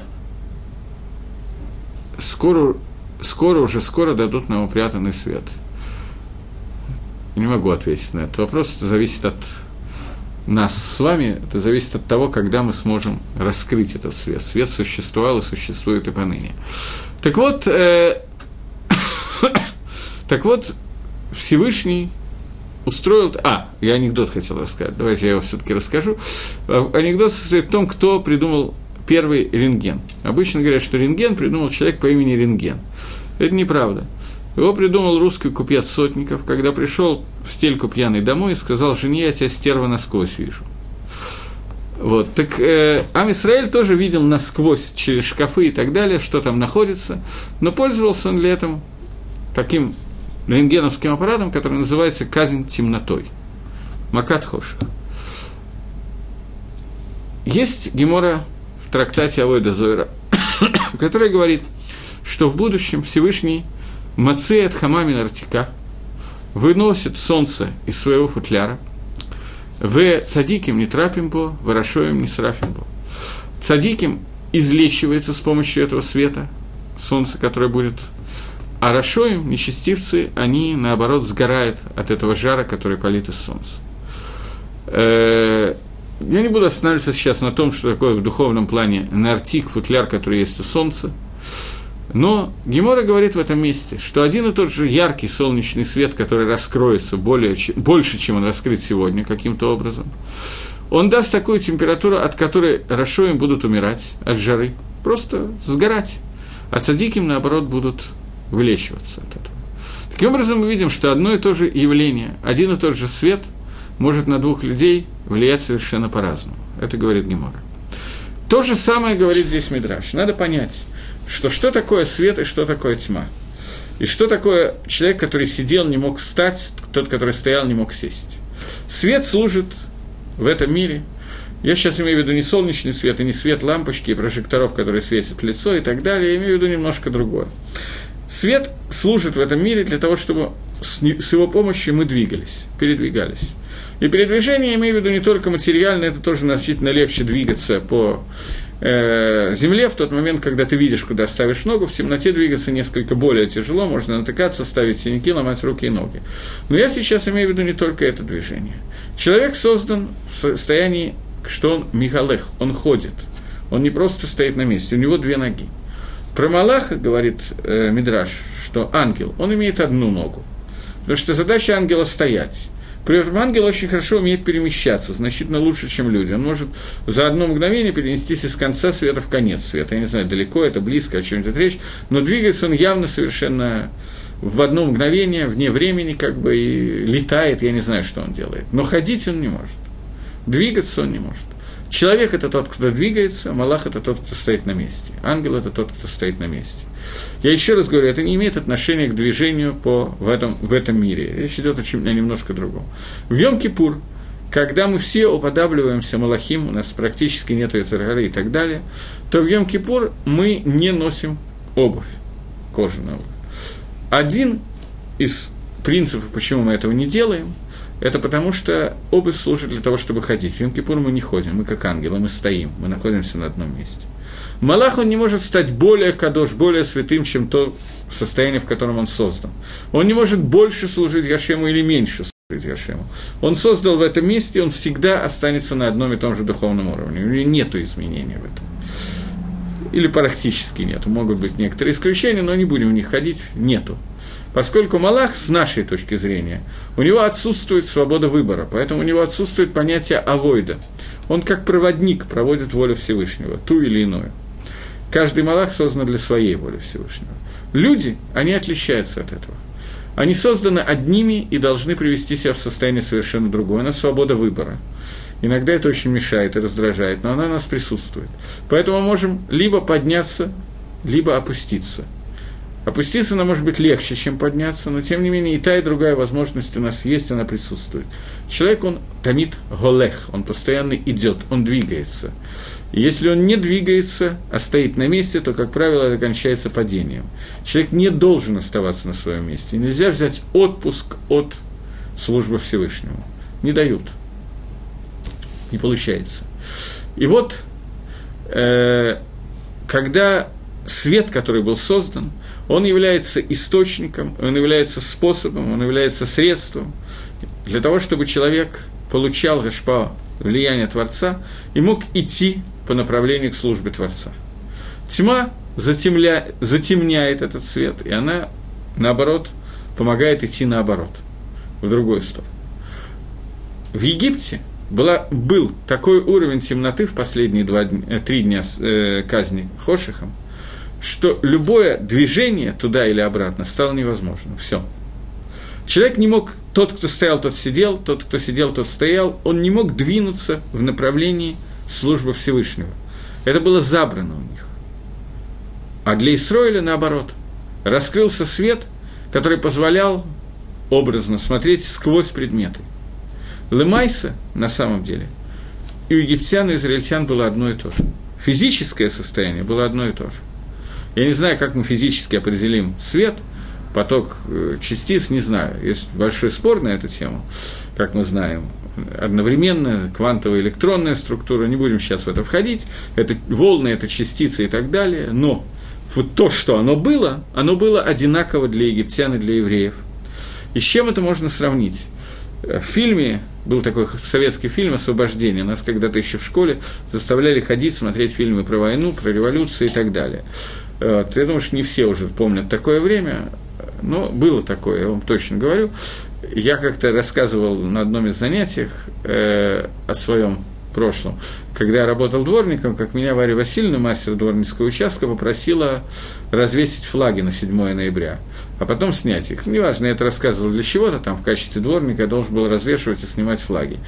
скоро, скоро, уже скоро дадут нам упрятанный свет. Не могу ответить на этот вопрос, это зависит от нас с вами, это зависит от того, когда мы сможем раскрыть этот свет. Свет существовал и существует и поныне. Так вот, э- Так вот, Всевышний устроил... А, я анекдот хотел рассказать, давайте я его все-таки расскажу. Анекдот состоит в том, кто придумал первый рентген. Обычно говорят, что рентген придумал человек по имени Рентген. Это неправда. Его придумал русский купец Сотников, когда пришел в стельку пьяный домой и сказал: «Жене, я тебя, стерва, насквозь вижу». Вот, так э, Ам Исраэль тоже видел насквозь, через шкафы и так далее, что там находится, но пользовался он для этого таким рентгеновским аппаратом, который называется казнь темнотой. Макат Хоших. Есть гемора в трактате Авойда Зоэра, который говорит, что в будущем Всевышний Мацеет Хамамин Артика выносит солнце из своего футляра, в цадиким не трапимбо, в рашоем не срафимбо. Цадиким излечивается с помощью этого света, солнца, которое будет... А рашоим, нечестивцы, они, наоборот, сгорают от этого жара, который палит из солнца. Я не буду останавливаться сейчас на том, что такое в духовном плане нартик, футляр, который есть у солнца. Но Гемора говорит в этом месте, что один и тот же яркий солнечный свет, который раскроется более, больше, чем он раскрыт сегодня каким-то образом, он даст такую температуру, от которой рашоим будут умирать от жары, просто сгорать. А цадиким, наоборот, будут вылечиваться от этого. Таким образом, мы видим, что одно и то же явление, один и тот же свет может на двух людей влиять совершенно по-разному. Это говорит Гемора. То же самое говорит здесь Мидраш. Надо понять, что что такое свет и что такое тьма. И что такое человек, который сидел, не мог встать, тот, который стоял, не мог сесть. Свет служит в этом мире. Я сейчас имею в виду не солнечный свет, и не свет лампочки и прожекторов, которые светят в лицо и так далее. Я имею в виду немножко другое. Свет служит в этом мире для того, чтобы с его помощью мы двигались, передвигались. И передвижение, я имею в виду не только материально, это тоже значительно легче двигаться по э, земле в тот момент, когда ты видишь, куда ставишь ногу. В темноте двигаться несколько более тяжело, можно натыкаться, ставить синяки, ломать руки и ноги. Но я сейчас имею в виду не только это движение. Человек создан в состоянии, что он михалех, он ходит, он не просто стоит на месте, у него две ноги. Про Малаха говорит э, Мидраш, что ангел, он имеет одну ногу, потому что задача ангела стоять. При этом ангел очень хорошо умеет перемещаться, значительно лучше, чем люди. Он может за одно мгновение перенестись из конца света в конец света. Я не знаю, далеко это, близко, о чем идет речь, но двигается он явно совершенно в одно мгновение, вне времени, как бы, и летает, я не знаю, что он делает. Но ходить он не может, двигаться он не может. Человек – это тот, кто двигается, малах – это тот, кто стоит на месте, ангел – это тот, кто стоит на месте. Я еще раз говорю, это не имеет отношения к движению по, в, этом, в этом мире. Речь идет о чем-то немножко другом. В Йом-Кипур, когда мы все уподабливаемся малахим, у нас практически нет яцер-гары и так далее, то в Йом-Кипур мы не носим обувь, кожаную обувь. Один из принципов, почему мы этого не делаем, это потому, что обувь служит для того, чтобы ходить. В Йом-Кипур мы не ходим, мы как ангелы, мы стоим, мы находимся на одном месте. Малах, он не может стать более кадош, более святым, чем то состояние, в котором он создан. Он не может больше служить Гашему или меньше служить Гашему. Он создал в этом месте, он всегда останется на одном и том же духовном уровне. У него нет изменений в этом. Или практически нету. Могут быть некоторые исключения, но не будем в них ходить, нету. Поскольку Малах, с нашей точки зрения, у него отсутствует свобода выбора, поэтому у него отсутствует понятие авойда. Он как проводник проводит волю Всевышнего, ту или иную. Каждый Малах создан для своей воли Всевышнего. Люди, они отличаются от этого. Они созданы одними и должны привести себя в состояние совершенно другое. Она свобода выбора. Иногда это очень мешает и раздражает, но она у нас присутствует. Поэтому мы можем либо подняться, либо опуститься. Опуститься нам может быть легче, чем подняться, но тем не менее и та, и другая возможность у нас есть, она присутствует. Человек, он тамид голех, он постоянно идет, он двигается. И если он не двигается, а стоит на месте, то, как правило, это кончается падением. Человек не должен оставаться на своем месте. Нельзя взять отпуск от службы Всевышнему. Не дают. Не получается. И вот, э, когда свет, который был создан, он является источником, он является способом, он является средством для того, чтобы человек получал гашпа, влияние Творца, и мог идти по направлению к службе Творца. Тьма затемля, затемняет этот свет, и она, наоборот, помогает идти наоборот, в другую сторону. В Египте была, был такой уровень темноты в последние два дня, три дня э, казни Хошихом, что любое движение туда или обратно стало невозможным. Все. Человек не мог, тот, кто стоял, тот сидел, тот, кто сидел, тот стоял, он не мог двинуться в направлении службы Всевышнего. Это было забрано у них. А для Исроиля, наоборот, раскрылся свет, который позволял образно смотреть сквозь предметы. Лемайса, на самом деле, и у египтян, и у израильтян было одно и то же. Физическое состояние было одно и то же. Я не знаю, как мы физически определим свет, поток частиц, не знаю. Есть большой спор на эту тему, как мы знаем. Одновременно квантовая электронная структура, не будем сейчас в это входить, это волны, это частицы и так далее, но вот то, что оно было, оно было одинаково для египтян и для евреев. И с чем это можно сравнить? В фильме, был такой советский фильм «Освобождение», нас когда-то еще в школе заставляли ходить, смотреть фильмы про войну, про революцию и так далее. Вот. Я думаю, что не все уже помнят такое время, но было такое, я вам точно говорю. Я как-то рассказывал на одном из занятий э, о своем прошлом, когда я работал дворником, как меня Варя Васильевна, мастер дворницкого участка, попросила развесить флаги на седьмое ноября, а потом снять их. Неважно, я это рассказывал для чего-то, там в качестве дворника я должен был развешивать и снимать флаги.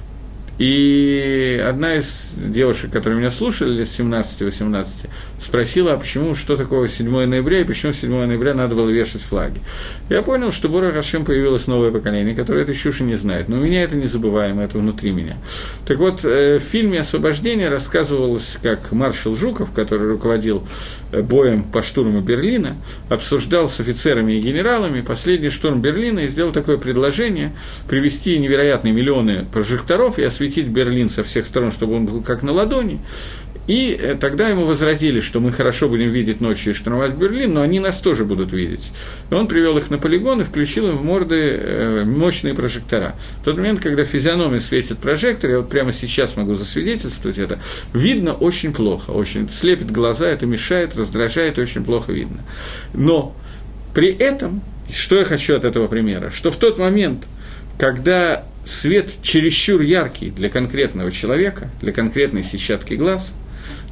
И одна из девушек, которые меня слушали, лет семнадцати-восемнадцати, спросила, а почему, что такое седьмое ноября, и почему седьмое ноября надо было вешать флаги. Я понял, что Борах Ашем появилось новое поколение, которое этой чуши не знает, но у меня это незабываемо, это внутри меня. Так вот, в фильме «Освобождение» рассказывалось, как маршал Жуков, который руководил боем по штурму Берлина, обсуждал с офицерами и генералами последний штурм Берлина и сделал такое предложение привести невероятные миллионы прожекторов и осветить Берлин со всех сторон, чтобы он был как на ладони. И тогда ему возразили, что мы хорошо будем видеть ночью и штурмовать Берлин, но они нас тоже будут видеть. И он привел их на полигон и включил им в морды мощные прожектора. В тот момент, когда физиономия светит прожектор, я вот прямо сейчас могу засвидетельствовать это, видно очень плохо, очень слепит глаза, это мешает, раздражает, очень плохо видно. Но при этом, что я хочу от этого примера, что в тот момент, когда свет чересчур яркий для конкретного человека, для конкретной сетчатки глаз,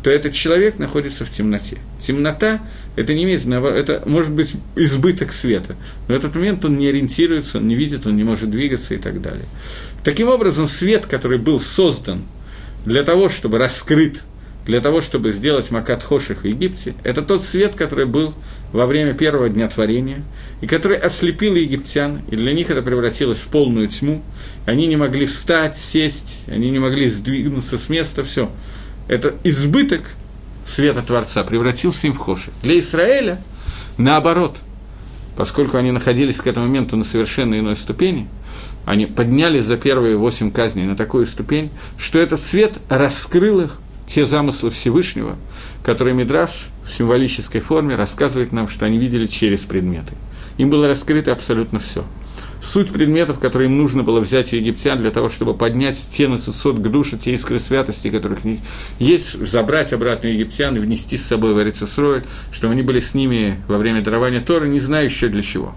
то этот человек находится в темноте. Темнота – это не имеет, это может быть избыток света, но в этот момент он не ориентируется, он не видит, он не может двигаться и так далее. Таким образом, свет, который был создан для того, чтобы раскрыт, для того, чтобы сделать Макат Хоших в Египте, это тот свет, который был во время первого дня творения, и который ослепил египтян, и для них это превратилось в полную тьму. Они не могли встать, сесть, они не могли сдвинуться с места, все. Это избыток света Творца превратился им в Хоших. Для Израиля, наоборот, поскольку они находились к этому моменту на совершенно иной ступени, они поднялись за первые восемь казней на такую ступень, что этот свет раскрыл их, те замыслы Всевышнего, которые Мидраш в символической форме рассказывает нам, что они видели через предметы. Им было раскрыто абсолютно все. Суть предметов, которые им нужно было взять у египтян для того, чтобы поднять стены сосуд к душе, те искры святости, которых не есть, забрать обратно у египтян и внести с собой в Эрец-Исроэль, чтобы они были с ними во время дарования Торы, не знаю еще для чего.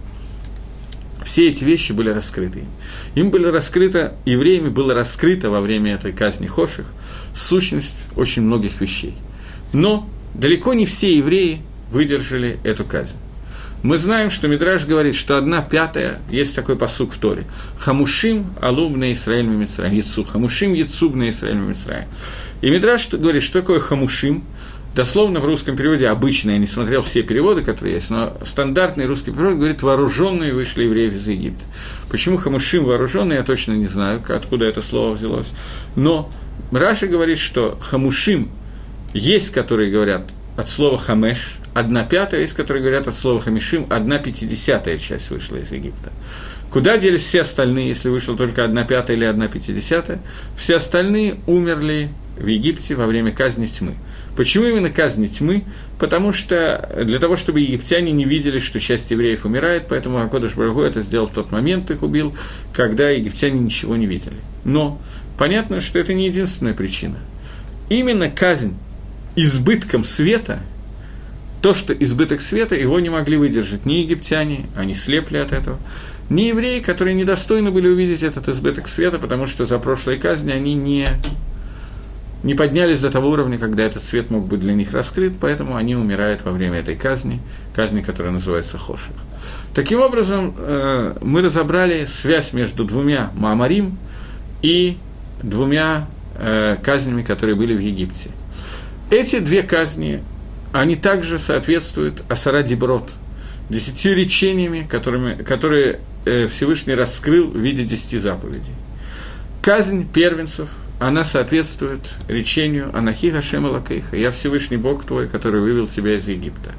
Все эти вещи были раскрыты им. Им было раскрыто, евреями было раскрыто во время этой казни Хоших сущность очень многих вещей. Но далеко не все евреи выдержали эту казнь. Мы знаем, что Мидраш говорит, что одна пятая, есть такой пасук в Торе, «Хамушим алуб на Исраэль мимицраим», «Яцу», «Хамушим яцуб на Исраэль мимицраим». И Мидраш говорит, что такое «хамушим». Дословно в русском переводе, обычно, я не смотрел все переводы, которые есть, но стандартный русский перевод говорит «вооруженные вышли евреи из Египта». Почему «хамушим» вооруженные, я точно не знаю, откуда это слово взялось. Но Раши говорит, что «хамушим» есть, которые говорят от слова «хамеш», одна пятая, есть, которые говорят от слова «хамишим», одна пятидесятая часть вышла из Египта. Куда делись все остальные, если вышла только одна пятая или одна пятидесятая? Все остальные умерли в Египте во время казни тьмы. Почему именно казни тьмы? Потому что для того, чтобы египтяне не видели, что часть евреев умирает, поэтому Акодыш Барух Ху это сделал в тот момент, их убил, когда египтяне ничего не видели. Но понятно, что это не единственная причина. Именно казнь избытком света, то, что избыток света, его не могли выдержать ни египтяне, они слепли от этого, ни евреи, которые недостойны были увидеть этот избыток света, потому что за прошлые казни они не... не поднялись до того уровня, когда этот свет мог быть для них раскрыт, поэтому они умирают во время этой казни, казни, которая называется Хоших. Таким образом, мы разобрали связь между двумя Маамарим и двумя казнями, которые были в Египте. Эти две казни, они также соответствуют Асара Диброт, десятью речениями, которыми, которые Всевышний раскрыл в виде десяти заповедей. Казнь первенцев, она соответствует речению «Анахи Хашем Элокейха», «Я Всевышний Бог твой, который вывел тебя из Египта».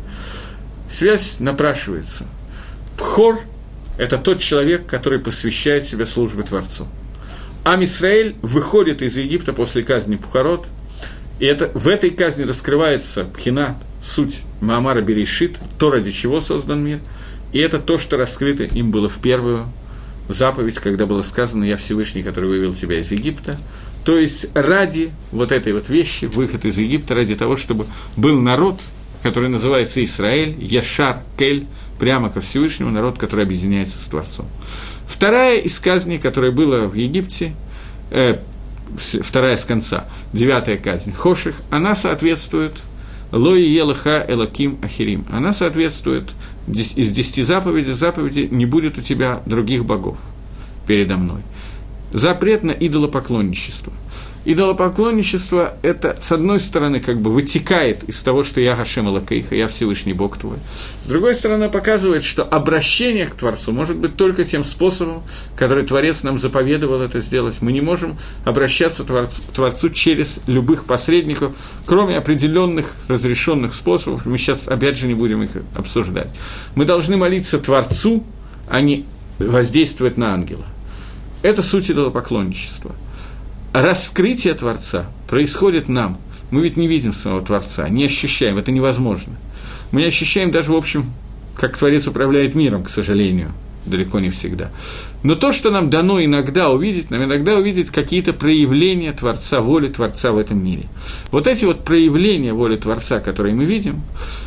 Связь напрашивается. Пхор – это тот человек, который посвящает себя службе Творцу. Ам Исраэль выходит из Египта после казни Пухарот, и это, в этой казни раскрывается пхина, суть Маамара Берешит, то, ради чего создан мир, и это то, что раскрыто им было в первую заповедь, когда было сказано «Я Всевышний, который вывел тебя из Египта». То есть ради вот этой вот вещи, выход из Египта, ради того, чтобы был народ, который называется Исраэль, Яшар, Кель, прямо ко Всевышнему, народ, который объединяется с Творцом. Вторая из казней, которая была в Египте, э, вторая с конца, девятая казнь, Хоших, она соответствует Лои Елаха Элаким Ахирим. Она соответствует из десяти заповедей, заповеди «Не будет у тебя других богов передо мной». Запрет на идолопоклонничество. Идолопоклонничество – это, с одной стороны, как бы вытекает из того, что «Я Хашем Элокейха», «Я Всевышний Бог твой». С другой стороны, показывает, что обращение к Творцу может быть только тем способом, который Творец нам заповедовал это сделать. Мы не можем обращаться к Творцу через любых посредников, кроме определенных разрешенных способов. Мы сейчас, опять же, не будем их обсуждать. Мы должны молиться Творцу, а не воздействовать на ангела. Это суть идолопоклонничества. Раскрытие Творца происходит нам. Мы ведь не видим самого Творца, не ощущаем, это невозможно. Мы не ощущаем даже, в общем, как Творец управляет миром, к сожалению, далеко не всегда. Но то, что нам дано иногда увидеть, нам иногда увидеть какие-то проявления Творца, воли Творца в этом мире. Вот эти вот проявления воли Творца, которые мы видим,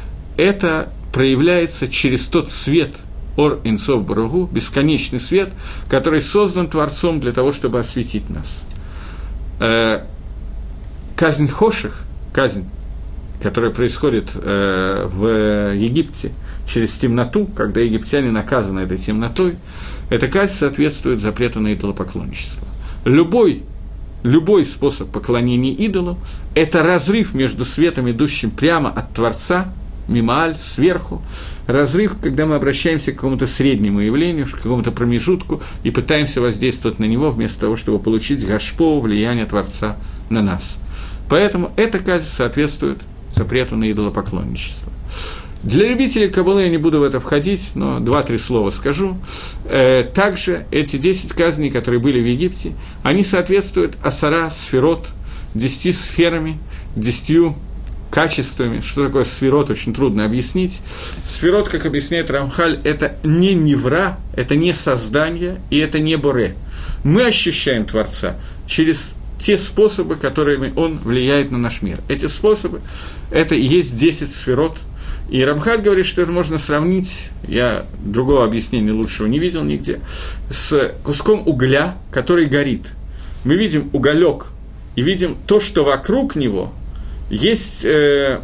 это проявляется через тот свет, Ор Инсов Баругу, бесконечный свет, который создан Творцом для того, чтобы осветить нас. Э, казнь Хоших, казнь которая происходит э, в Египте через темноту, когда египтяне наказаны этой темнотой, эта казнь соответствует запрету на идолопоклонничество. Любой, любой способ поклонения идолам – это разрыв между светом, идущим прямо от Творца, мимааль, сверху, разрыв, когда мы обращаемся к какому-то среднему явлению, к какому-то промежутку и пытаемся воздействовать на него, вместо того, чтобы получить гашпо, влияние Творца на нас. Поэтому эта казнь соответствует запрету на идолопоклонничество. Для любителей каббалы я не буду в это входить, но два-три слова скажу. Э, также эти десять казней, которые были в Египте, они соответствуют асара сферот, десяти сферами, десятью качествами. Что такое сферот, очень трудно объяснить. Сферот, как объясняет Рамхаль, это не невра, это не создание, и это не боре. Мы ощущаем Творца через те способы, которыми Он влияет на наш мир. Эти способы – это и есть десять сферот. И Рамхаль говорит, что это можно сравнить, я другого объяснения лучшего не видел нигде, с куском угля, который горит. Мы видим уголек и видим то, что вокруг него есть, э,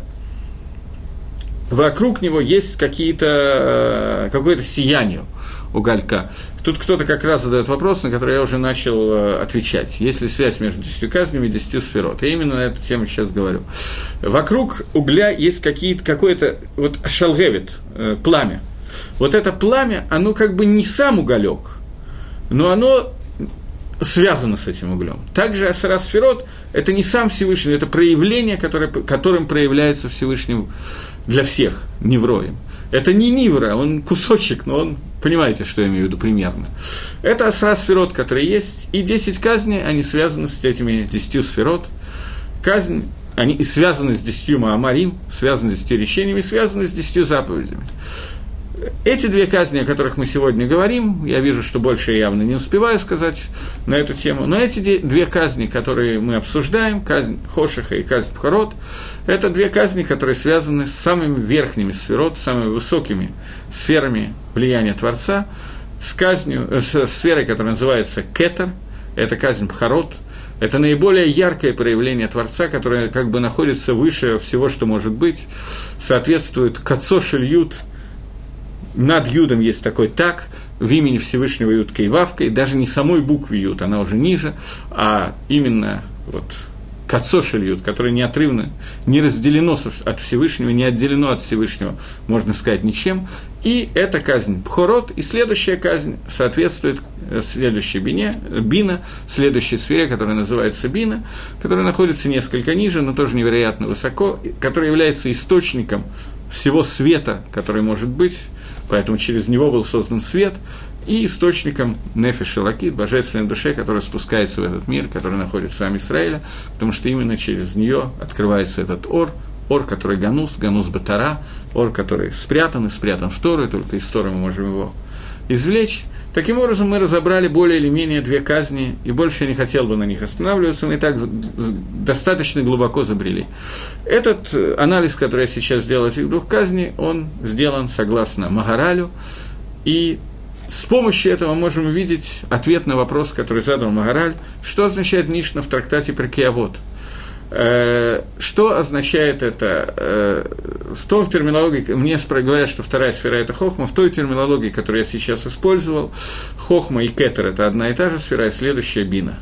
вокруг него есть какие-то, э, какое-то сияние уголька. Тут кто-то как раз задает вопрос, на который я уже начал э, отвечать. Есть ли связь между десятью казнями и десятью сферот? Я именно на эту тему сейчас говорю. Вокруг угля есть какие-то, какое-то, вот шалгевит, э, пламя. Вот это пламя, оно как бы не сам уголек, но оно связано с этим углем. Также асара сферот – это не сам Всевышний, это проявление, которое, которым проявляется Всевышний для всех, невроем. Это не нивра, он кусочек, но он, понимаете, что я имею в виду примерно. Это асара сферот, которые есть, и десять казней, они связаны с этими десятью сферот. Казнь, они и связаны с десятью маамарим, связаны с десятью речениями, связаны с десятью заповедями. Эти две казни, о которых мы сегодня говорим, я вижу, что больше я явно не успеваю сказать на эту тему, но эти две казни, которые мы обсуждаем, казнь Хошиха и казнь Пхарот, это две казни, которые связаны с самыми верхними сферот, самыми высокими сферами влияния Творца, с, казнью, с сферой, которая называется Кетер, это казнь Пхарот, это наиболее яркое проявление Творца, которое как бы находится выше всего, что может быть, соответствует Кацо Шельют. Над Юдом есть такой так, в имени Всевышнего Юд Кейвавкой, даже не самой буквы Юд, она уже ниже, а именно вот Кацошель Юд, которое неотрывно, не разделено от Всевышнего, не отделено от Всевышнего, можно сказать, ничем. И эта казнь Пхорот, и следующая казнь соответствует следующей бине, бина, следующей сфере, которая называется бина, которая находится несколько ниже, но тоже невероятно высоко, которая является источником всего света, который может быть, поэтому через него был создан свет, и источником нефеш элокит, божественной душе, которая спускается в этот мир, который находится в Ам Исраэля, потому что именно через нее открывается этот ор, ор, который ганус, ганус батара, ор, который спрятан, и спрятан в Тору, и только из Торы мы можем его извлечь. Таким образом, мы разобрали более или менее две казни, и больше я не хотел бы на них останавливаться, мы и так достаточно глубоко забрели. Этот анализ, который я сейчас сделал этих двух казней, он сделан согласно Магаралю, и с помощью этого мы можем увидеть ответ на вопрос, который задал Магараль, что означает Мишна в трактате Перкей Авот. Что означает это? В той терминологии, мне говорят, что вторая сфера – это хохма, в той терминологии, которую я сейчас использовал, хохма и кетер – это одна и та же сфера, и следующая – бина.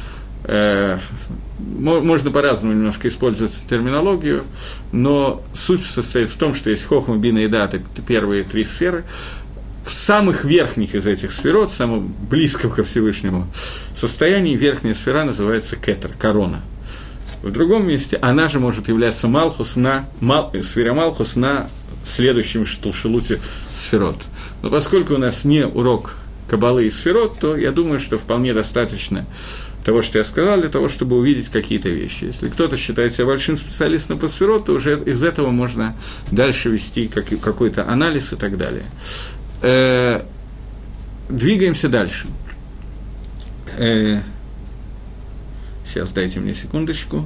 Можно по-разному немножко использовать терминологию, но суть состоит в том, что есть хохма, бина и дат – это первые три сферы. В самых верхних из этих сферот, самом близком ко Всевышнему состоянии, верхняя сфера называется кетер – корона. В другом месте она же может являться Малхус на, Мал, сфера Малхус на следующем Штулшелуте сферот. Но поскольку у нас не урок Каббалы и сферот, то я думаю, что вполне достаточно того, что я сказал, для того, чтобы увидеть какие-то вещи. Если кто-то считает себя большим специалистом по сферот, то уже из этого можно дальше вести какой-то анализ и так далее. Э-э- двигаемся дальше. Э-э- Сейчас дайте мне секундочку.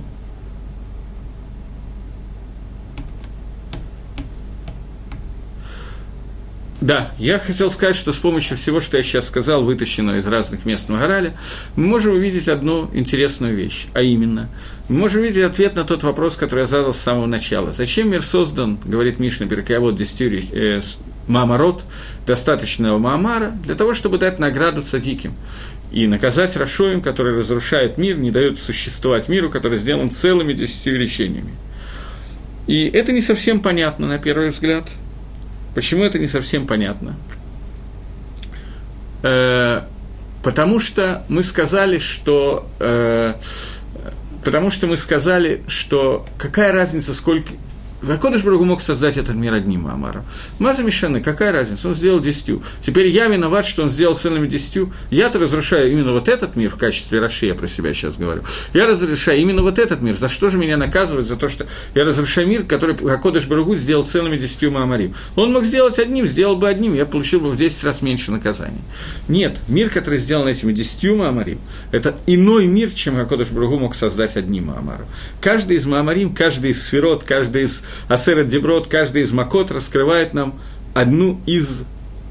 Да, я хотел сказать, что с помощью всего, что я сейчас сказал, вытащенного из разных мест Магараля, мы можем увидеть одну интересную вещь, а именно, мы можем увидеть ответ на тот вопрос, который я задал с самого начала. Зачем мир создан, говорит Мишна Перкей Авот, десятью э, Маамарот, достаточного Маамара, для того, чтобы дать награду цадиким и наказать рашоим, которые разрушают мир, не дают существовать миру, который сделан целыми десятью речениями. И это не совсем понятно, на первый взгляд. Почему это не совсем понятно? Э, потому что мы сказали, что... Э, потому что мы сказали, что какая разница, сколько... Акодыш Барух Ху мог создать этот мир одним Маамаром. Маза Мишаны, какая разница? Он сделал десятью. Теперь я виноват, что он сделал целыми десятью. Я-то разрушаю именно вот этот мир в качестве Раши, я про себя сейчас говорю. Я разрушаю именно вот этот мир. За что же меня наказывать? За то, что я разрушаю мир, который Акодыш Барух Ху сделал целыми десятью Маамарим. Он мог сделать одним, сделал бы одним, я получил бы в десять раз меньше наказаний. Нет, мир, который сделан этими десятью Маамарим, это иной мир, чем Акодыш Барух Ху мог создать одним Маамаром. Каждый из Маамарим, каждый из сферот, каждый из Асерет Деброд, каждый из Макот раскрывает нам одну из,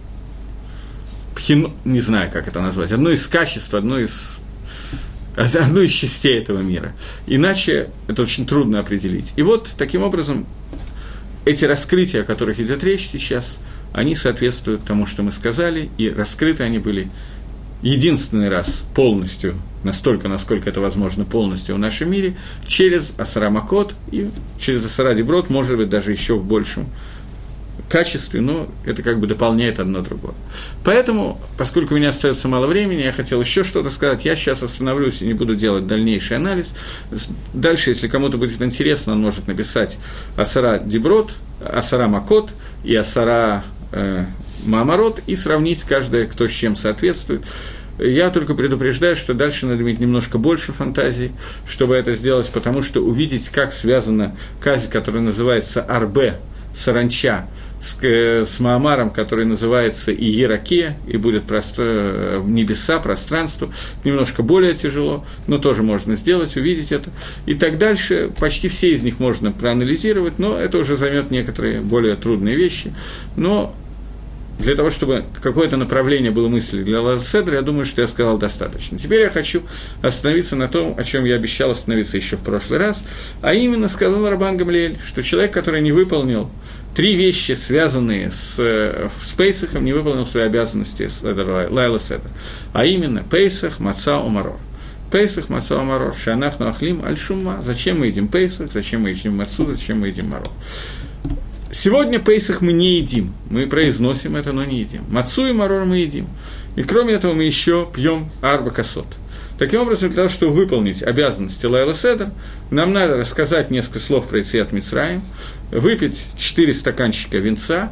не знаю, как это назвать, одно из качеств, одно из, одну из частей этого мира. Иначе это очень трудно определить. И вот, таким образом, эти раскрытия, о которых идет речь сейчас, они соответствуют тому, что мы сказали, и раскрыты они были единственный раз полностью, настолько, насколько это возможно, полностью в нашем мире, через Асара Макот и через Асара Деброд, может быть, даже еще в большем качестве, но это как бы дополняет одно другое. Поэтому, поскольку у меня остается мало времени, я хотел еще что-то сказать, я сейчас остановлюсь и не буду делать дальнейший анализ. Дальше, если кому-то будет интересно, он может написать Асара Деброд, Асара Макот и Асара э, Маамарот и сравнить каждое, кто с чем соответствует. Я только предупреждаю, что дальше надо иметь немножко больше фантазии, чтобы это сделать, потому что увидеть, как связана казнь, которая называется Арбе, саранча, с, с Маамаром, который называется Иераке, и будет простро... небеса, пространство, немножко более тяжело, но тоже можно сделать, увидеть это. И так дальше, почти все из них можно проанализировать, но это уже займет некоторые более трудные вещи. Но для того, чтобы какое-то направление было мысли для Лайла Седра, я думаю, что я сказал достаточно. Теперь я хочу остановиться на том, о чем я обещал остановиться еще в прошлый раз, а именно сказал Рабан Гамлиэль, что человек, который не выполнил три вещи, связанные с, с Пейсахом, не выполнил свои обязанности Лайла Седра, а именно Пейсах, Маца, Умарор. Пейсах, Маца, Умарор, Шанах, Нуахлим, Аль-Шумма. Зачем мы едим Пейсах, зачем мы едим Мацу, зачем мы едим Марор? Сегодня Пейсах мы не едим, мы произносим это, но не едим. Мацу и марор мы едим. И кроме этого мы еще пьем арба касот. Таким образом, для того, чтобы выполнить обязанности Лайла Седер, нам надо рассказать несколько слов про Йециат Мицраим, выпить четыре стаканчика винца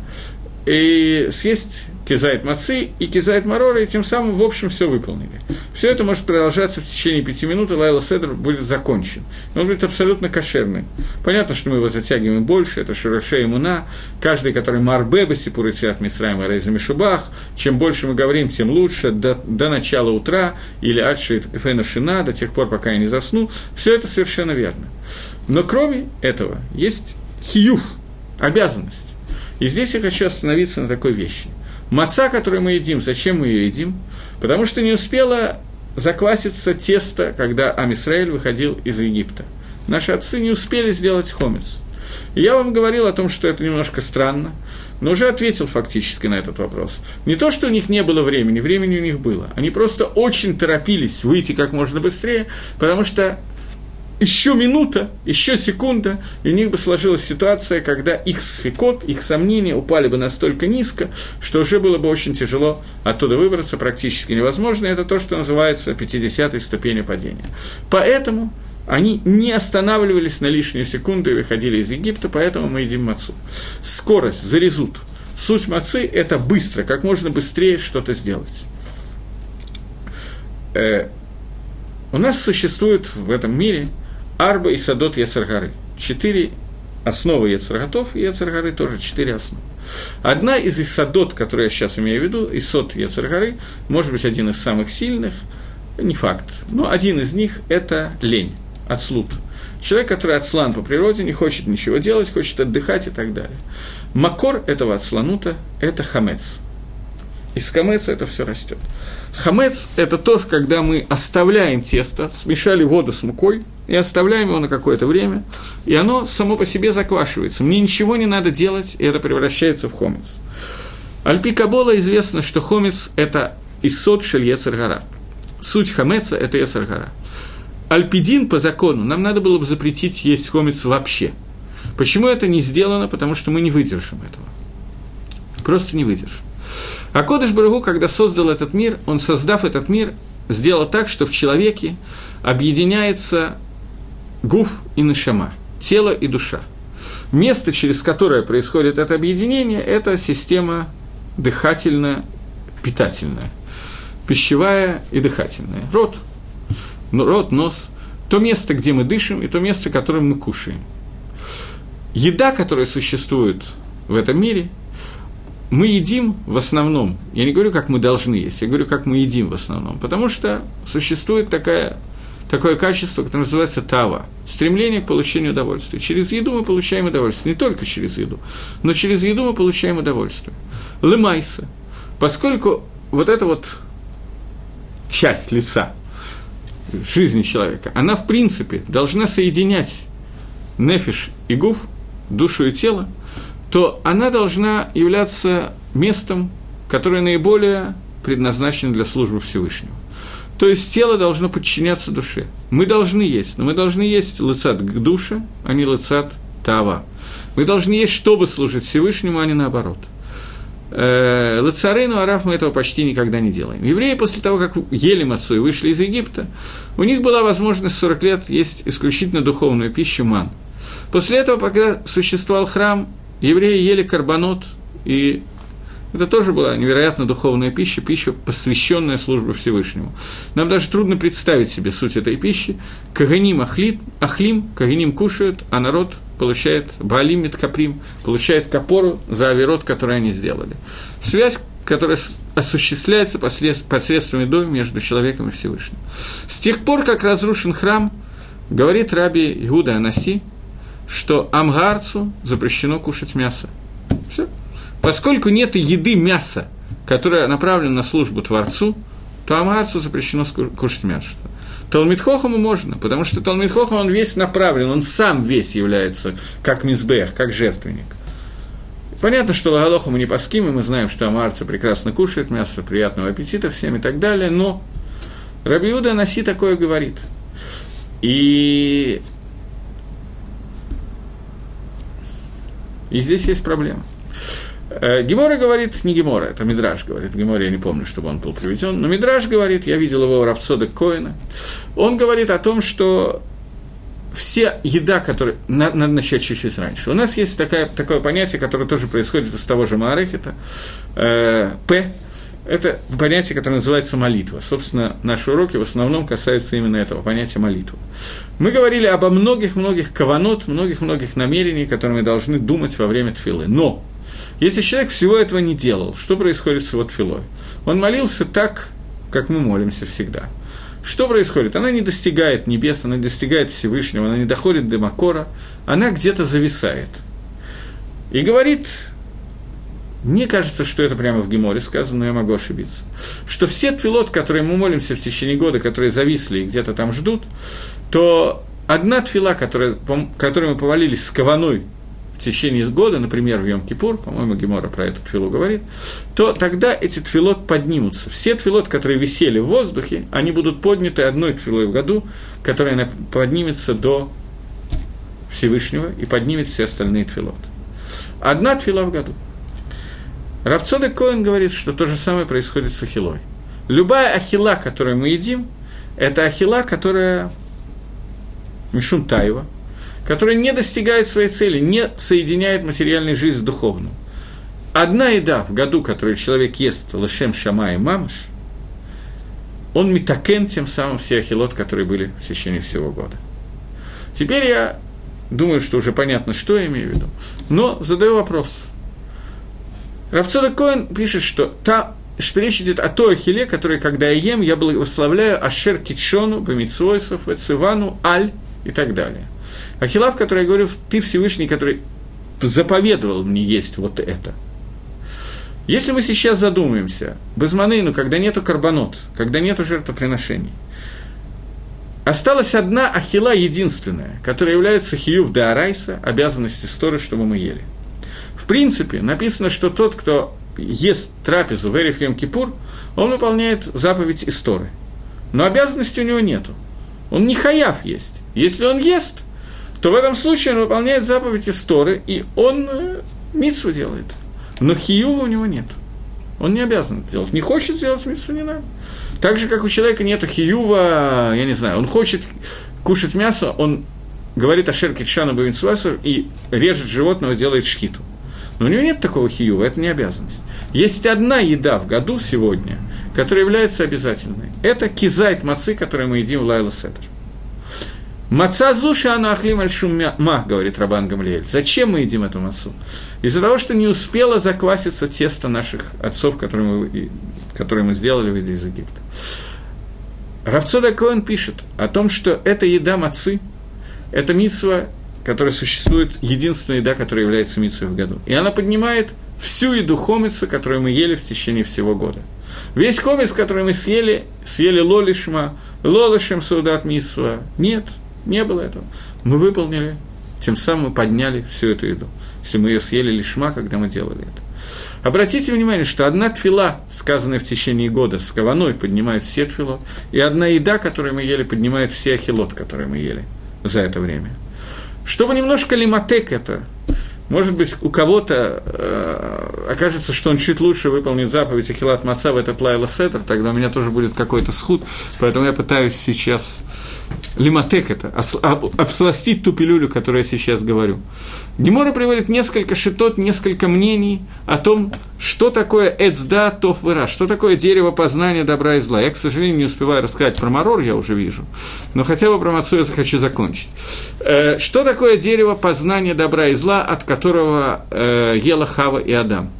и съесть кизайт мацы и кизайт марора, и тем самым, в общем, все выполнили. Все это может продолжаться в течение пяти минут, и Лайла Седер будет закончен. Он будет абсолютно кошерный. Понятно, что мы его затягиваем больше, это Шурашей Муна, каждый, который Марбе Басипур Йециат Мицраим, Арейза Мишубах, чем больше мы говорим, тем лучше, до, до начала утра, или Адши Кафена Шина, до тех пор, пока я не засну, все это совершенно верно. Но кроме этого, есть хиюф, обязанность. И здесь я хочу остановиться на такой вещи. Маца, которую мы едим, зачем мы ее едим? Потому что не успело закваситься тесто, когда Ам Исраэль выходил из Египта. Наши отцы не успели сделать хомец. И я вам говорил о том, что это немножко странно, но уже ответил фактически на этот вопрос. Не то, что у них не было времени, времени у них было. Они просто очень торопились выйти как можно быстрее, потому что еще минута, еще секунда, и у них бы сложилась ситуация, когда их сфикот, их сомнения упали бы настолько низко, что уже было бы очень тяжело оттуда выбраться, практически невозможно. Это то, что называется пятидесятой ступенью падения. Поэтому они не останавливались на лишнюю секунду и выходили из Египта, поэтому мы едим мацу. Скорость, зарезут. Суть мацы – это быстро, как можно быстрее что-то сделать. Э, у нас существует в этом мире Арба и Садот Йецер-гары. Четыре основы Йецер-гатов, и Йецер-гары тоже четыре основы. Одна из Исадот, которую я сейчас имею в виду, Исот Йецер-гары, может быть, один из самых сильных, не факт, но один из них – это лень, ацлут. Человек, который ацлан по природе, не хочет ничего делать, хочет отдыхать и так далее. Макор этого ацланута – это хамец. Из хамеца это все растет. Хамец – это то, когда мы оставляем тесто, смешали воду с мукой и оставляем его на какое-то время, и оно само по себе заквашивается. Мне ничего не надо делать, и это превращается в хомец. Аль-пи Кабола известно, что хомец – это исод шель йецер гара. Суть хамеца – это йецер гара. Аль-пи дин по закону нам надо было бы запретить есть хомец вообще. Почему это не сделано? Потому что мы не выдержим этого. Просто не выдержим. А Кодеш Барух Ху, когда создал этот мир, он, создав этот мир, сделал так, что в человеке объединяется гуф и нешама, тело и душа. Место, через которое происходит это объединение, это система дыхательная, питательная, пищевая и дыхательная. Рот, рот, нос, то место, где мы дышим, и то место, которым мы кушаем. Еда, которая существует в этом мире, мы едим в основном, я не говорю, как мы должны есть, я говорю, как мы едим в основном, потому что существует такая, такое качество, которое называется тава, стремление к получению удовольствия. Через еду мы получаем удовольствие, не только через еду, но через еду мы получаем удовольствие. Лемайса, поскольку вот эта вот часть лица жизни человека, она в принципе должна соединять нефиш и гуф, душу и тело, то она должна являться местом, которое наиболее предназначено для службы Всевышнего. То есть тело должно подчиняться душе. Мы должны есть, но мы должны есть лецат к душе, а не лецат таава. Мы должны есть, чтобы служить Всевышнему, а не наоборот. Лецарейну араф мы этого почти никогда не делаем. Евреи после того, как ели мацу и вышли из Египта, у них была возможность сорок лет есть исключительно духовную пищу ман. После этого, пока существовал храм, евреи ели карбонот, и это тоже была невероятно духовная пища, пища, посвященная службе Всевышнему. Нам даже трудно представить себе суть этой пищи. Каганим ахлит, ахлим, каганим кушают, а народ получает, баалим миткаприм, получает капору за авирот, который они сделали. Связь, которая осуществляется посредством еды между человеком и Всевышним. С тех пор, как разрушен храм, говорит раби Иуда Анаси, что амгарцу запрещено кушать мясо. Все. Поскольку нет еды мяса, которая направлена на службу Творцу, то амгарцу запрещено кушать мясо. Талмид Хохаму можно, потому что Талмид Хохам, он весь направлен, он сам весь является как мизбех, как жертвенник. Понятно, что лагалоху мы не паским, и мы знаем, что амгарцы прекрасно кушают мясо, приятного аппетита всем и так далее, но раби Иуда Анаси такое говорит. И... И здесь есть проблема. Гемора говорит, не Гемора, это Мидраш говорит, Гемора я не помню, чтобы он был приведен, но Мидраш говорит, я видел его у Рав Цодек Коэна, он говорит о том, что вся еда, которая... Надо начать чуть-чуть раньше. У нас есть такая, такое понятие, которое тоже происходит из того же Маарехета, э, П, это понятие, которое называется молитва. Собственно, наши уроки в основном касаются именно этого понятия молитвы. Мы говорили обо многих-многих каванот, многих-многих намерений, которые мы должны думать во время тфилы. Но если человек всего этого не делал, что происходит с его тфилой? Он молился так, как мы молимся всегда. Что происходит? Она не достигает небес, она не достигает Всевышнего, она не доходит до Макора, она где-то зависает. И говорит... Мне кажется, что это прямо в Геморе сказано, но я могу ошибиться, что все тфилот, которые мы молимся в течение года, которые зависли и где-то там ждут, то одна тфила, которая, которую мы повалились с каваной в течение года, например, в Йом-Кипур, по-моему, Гемора про эту тфилу говорит, то тогда эти тфилот поднимутся. Все тфилот, которые висели в воздухе, они будут подняты одной тфилой в году, которая поднимется до Всевышнего и поднимет все остальные тфилот. Одна тфила в году. Рав Цодек Коэн говорит, что то же самое происходит с ахилой. Любая ахила, которую мы едим, это ахила, которая мишум таева, которая не достигает своей цели, не соединяет материальную жизнь с духовным. Одна еда в году, которую человек ест лешем шама и мамаш, он митакен тем самым все ахилот, которые были в течение всего года. Теперь я думаю, что уже понятно, что я имею в виду, но задаю вопрос. Рав Цодек Коэн пишет, что, та, что речь идет о той ахиле, которую, когда я ем, я благословляю Ашер Китшону, Бамитсвойсов, Эцивану, Аль и так далее. Ахила, в которой я говорю, ты Всевышний, который заповедовал мне есть вот это. Если мы сейчас задумаемся, безманейну, когда нету карбонот, когда нету жертвоприношений, осталась одна ахила единственная, которая является хиюв деорайса, обязанность истории, чтобы мы ели. В принципе, написано, что тот, кто ест трапезу в эрев Йом-Кипур, он выполняет заповедь истории. Но обязанности у него нету. Он не хаяв есть. Если он ест, то в этом случае он выполняет заповедь истории, и он э, мицву делает. Но хиюва у него нет. Он не обязан это делать. Не хочет сделать мицву, не надо. Так же, как у человека нет хиюва, я не знаю, он хочет кушать мясо, он говорит ашер китшану бавинцвасу и режет животного, делает шхиту. Но у него нет такого хиюва, это не обязанность. Есть одна еда в году сегодня, которая является обязательной. Это кизайт мацы, который мы едим в Лайла Седер. Маца зуша она ахлим аль-шум ма, говорит Рабан Гамлиэль. Зачем мы едим эту мацу? Из-за того, что не успело закваситься тесто наших отцов, которые мы, которые мы сделали, выйдя из Египта. Рав Цадок Коэн пишет о том, что эта еда мацы, это мицва, которая существует, единственная еда, которая является мицвой в году. И она поднимает всю еду хомица, которую мы ели в течение всего года. Весь хомец, который мы съели, съели лолишма, лолишем саудат мицва. Нет, не было этого. Мы выполнили, тем самым мы подняли всю эту еду, если мы ее съели лишма, когда мы делали это. Обратите внимание, что одна тфила, сказанная в течение года, с каваной поднимает все тфилот, и одна еда, которую мы ели, поднимает все ахилот, которые мы ели за это время. Чтобы немножко лиматек это, может быть, у кого-то э, окажется, что он чуть лучше выполнит заповедь Ахилат Маца в этот Лайла Седер, тогда у меня тоже будет какой-то схуд, поэтому я пытаюсь сейчас лиматек это, обсластить ту пилюлю, которую я сейчас говорю. Гемора приводит несколько шитот, несколько мнений о том, что такое эцда тов вера, что такое дерево познания добра и зла. Я, к сожалению, не успеваю рассказать про марор, я уже вижу, но хотя бы про мацу я захочу закончить. Э, что такое дерево познания добра и зла, от которого э, ела Хава и Адам?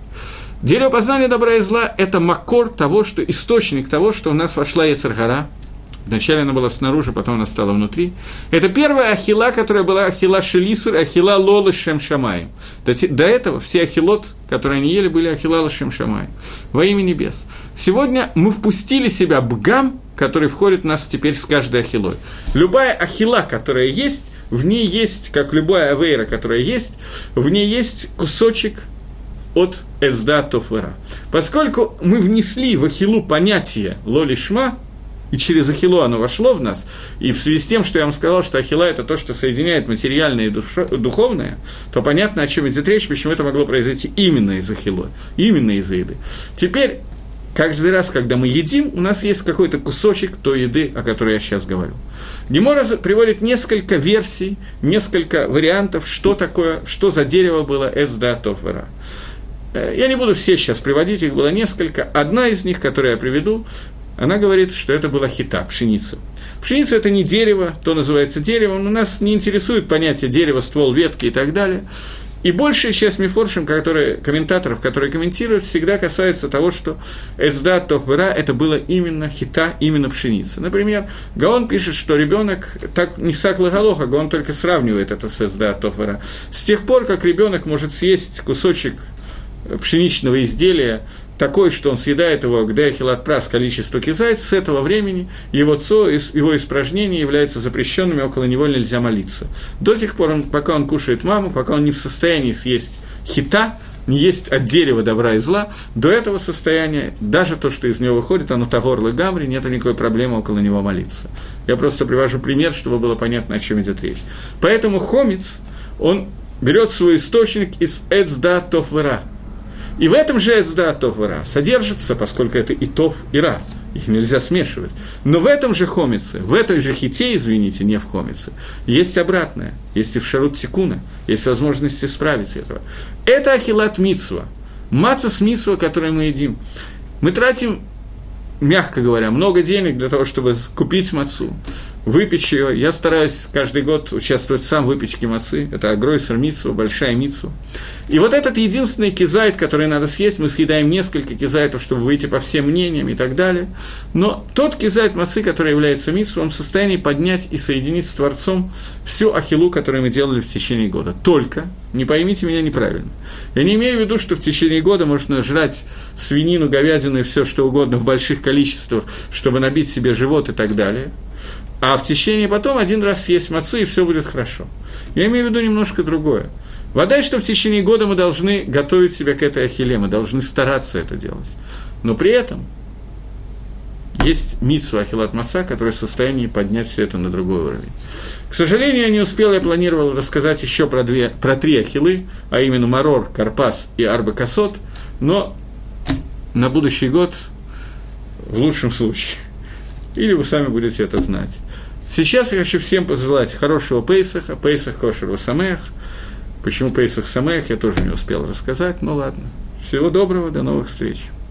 Дерево познания добра и зла – это макор того, что, источник того, что у нас вошла Йецер гара. Вначале она была снаружи, потом она стала внутри. Это первая ахила, которая была ахила шелисур, ахила лола шем шамаем. До, до этого все ахилот, которые они ели, были ахила лола шем шамаем. Во имя небес. Сегодня мы впустили в себя бгам, который входит в нас теперь с каждой ахилой. Любая ахила, которая есть, в ней есть, как любая авейра, которая есть, в ней есть кусочек от эзда тофвера. Поскольку мы внесли в ахилу понятие лоли шма, и через ахилу оно вошло в нас, и в связи с тем, что я вам сказал, что ахила – это то, что соединяет материальное и душа, духовное, то понятно, о чем идет речь, почему это могло произойти именно из ахилы, именно из-за еды. Теперь, каждый раз, когда мы едим, у нас есть какой-то кусочек той еды, о которой я сейчас говорю. Гемора приводит несколько версий, несколько вариантов, что такое, что за дерево было эцда тофвера. Я не буду все сейчас приводить, их было несколько. Одна из них, которую я приведу, она говорит, что это была хита, пшеница. Пшеница – это не дерево, то называется деревом, но нас не интересует понятие дерева, ствол, ветки и так далее. И большая часть мифоршим, которые, комментаторов, которые комментируют, всегда касается того, что эцда тофвера – это было именно хита, именно пшеница. Например, Гаон пишет, что ребенок, так не всак лагалоха, Гаон только сравнивает это с эцда тофвера. С тех пор, как ребенок может съесть кусочек пшеничного изделия, такой, что он съедает его, где ахилат прас, количество кизайт, с этого времени его цо, его испражнения являются запрещенными, около него нельзя молиться. До тех пор, он, пока он кушает маму, пока он не в состоянии съесть хита, не есть от дерева добра и зла, до этого состояния, даже то, что из него выходит, оно тавор легамри, нет никакой проблемы около него молиться. Я просто привожу пример, чтобы было понятно, о чем идет речь. Поэтому хомец, он берет свой источник из эцда тофвера. И в этом же эцда тофвера содержится, поскольку это и тов, и ра, их нельзя смешивать. Но в этом же хомице, в этой же хите, извините, не в хомице, есть обратное, есть и в шарут тикуна, есть возможность исправить этого. Это ахилат мицва, маца с мицва, которую мы едим. Мы тратим, мягко говоря, много денег для того, чтобы купить мацу. выпечь ее. Я стараюсь каждый год участвовать сам в выпечке мацы. Это агройсер мицва, большая мицва. И вот этот единственный кизайт, который надо съесть, мы съедаем несколько кизайтов, чтобы выйти по всем мнениям и так далее. Но тот кизайт мацы, который является мицвой, он в состоянии поднять и соединить с Творцом всю ахилу, которую мы делали в течение года. Только, не поймите меня неправильно, я не имею в виду, что в течение года можно жрать свинину, говядину и все что угодно в больших количествах, чтобы набить себе живот и так далее. А в течение потом один раз съесть мацу, и все будет хорошо. Я имею в виду немножко другое. Вода, что в течение года мы должны готовить себя к этой ахилле, мы должны стараться это делать. Но при этом есть мицва ахилат маца, которая в состоянии поднять все это на другой уровень. К сожалению, я не успел, я планировал рассказать еще про, две, про три ахилы, а именно марор, карпас и арба касот, но на будущий год в лучшем случае. Или вы сами будете это знать. Сейчас я хочу всем пожелать хорошего Пейсаха, Пейсах кошер самех. Почему Пейсах самех, я тоже не успел рассказать, ну ладно. Всего доброго, до новых встреч.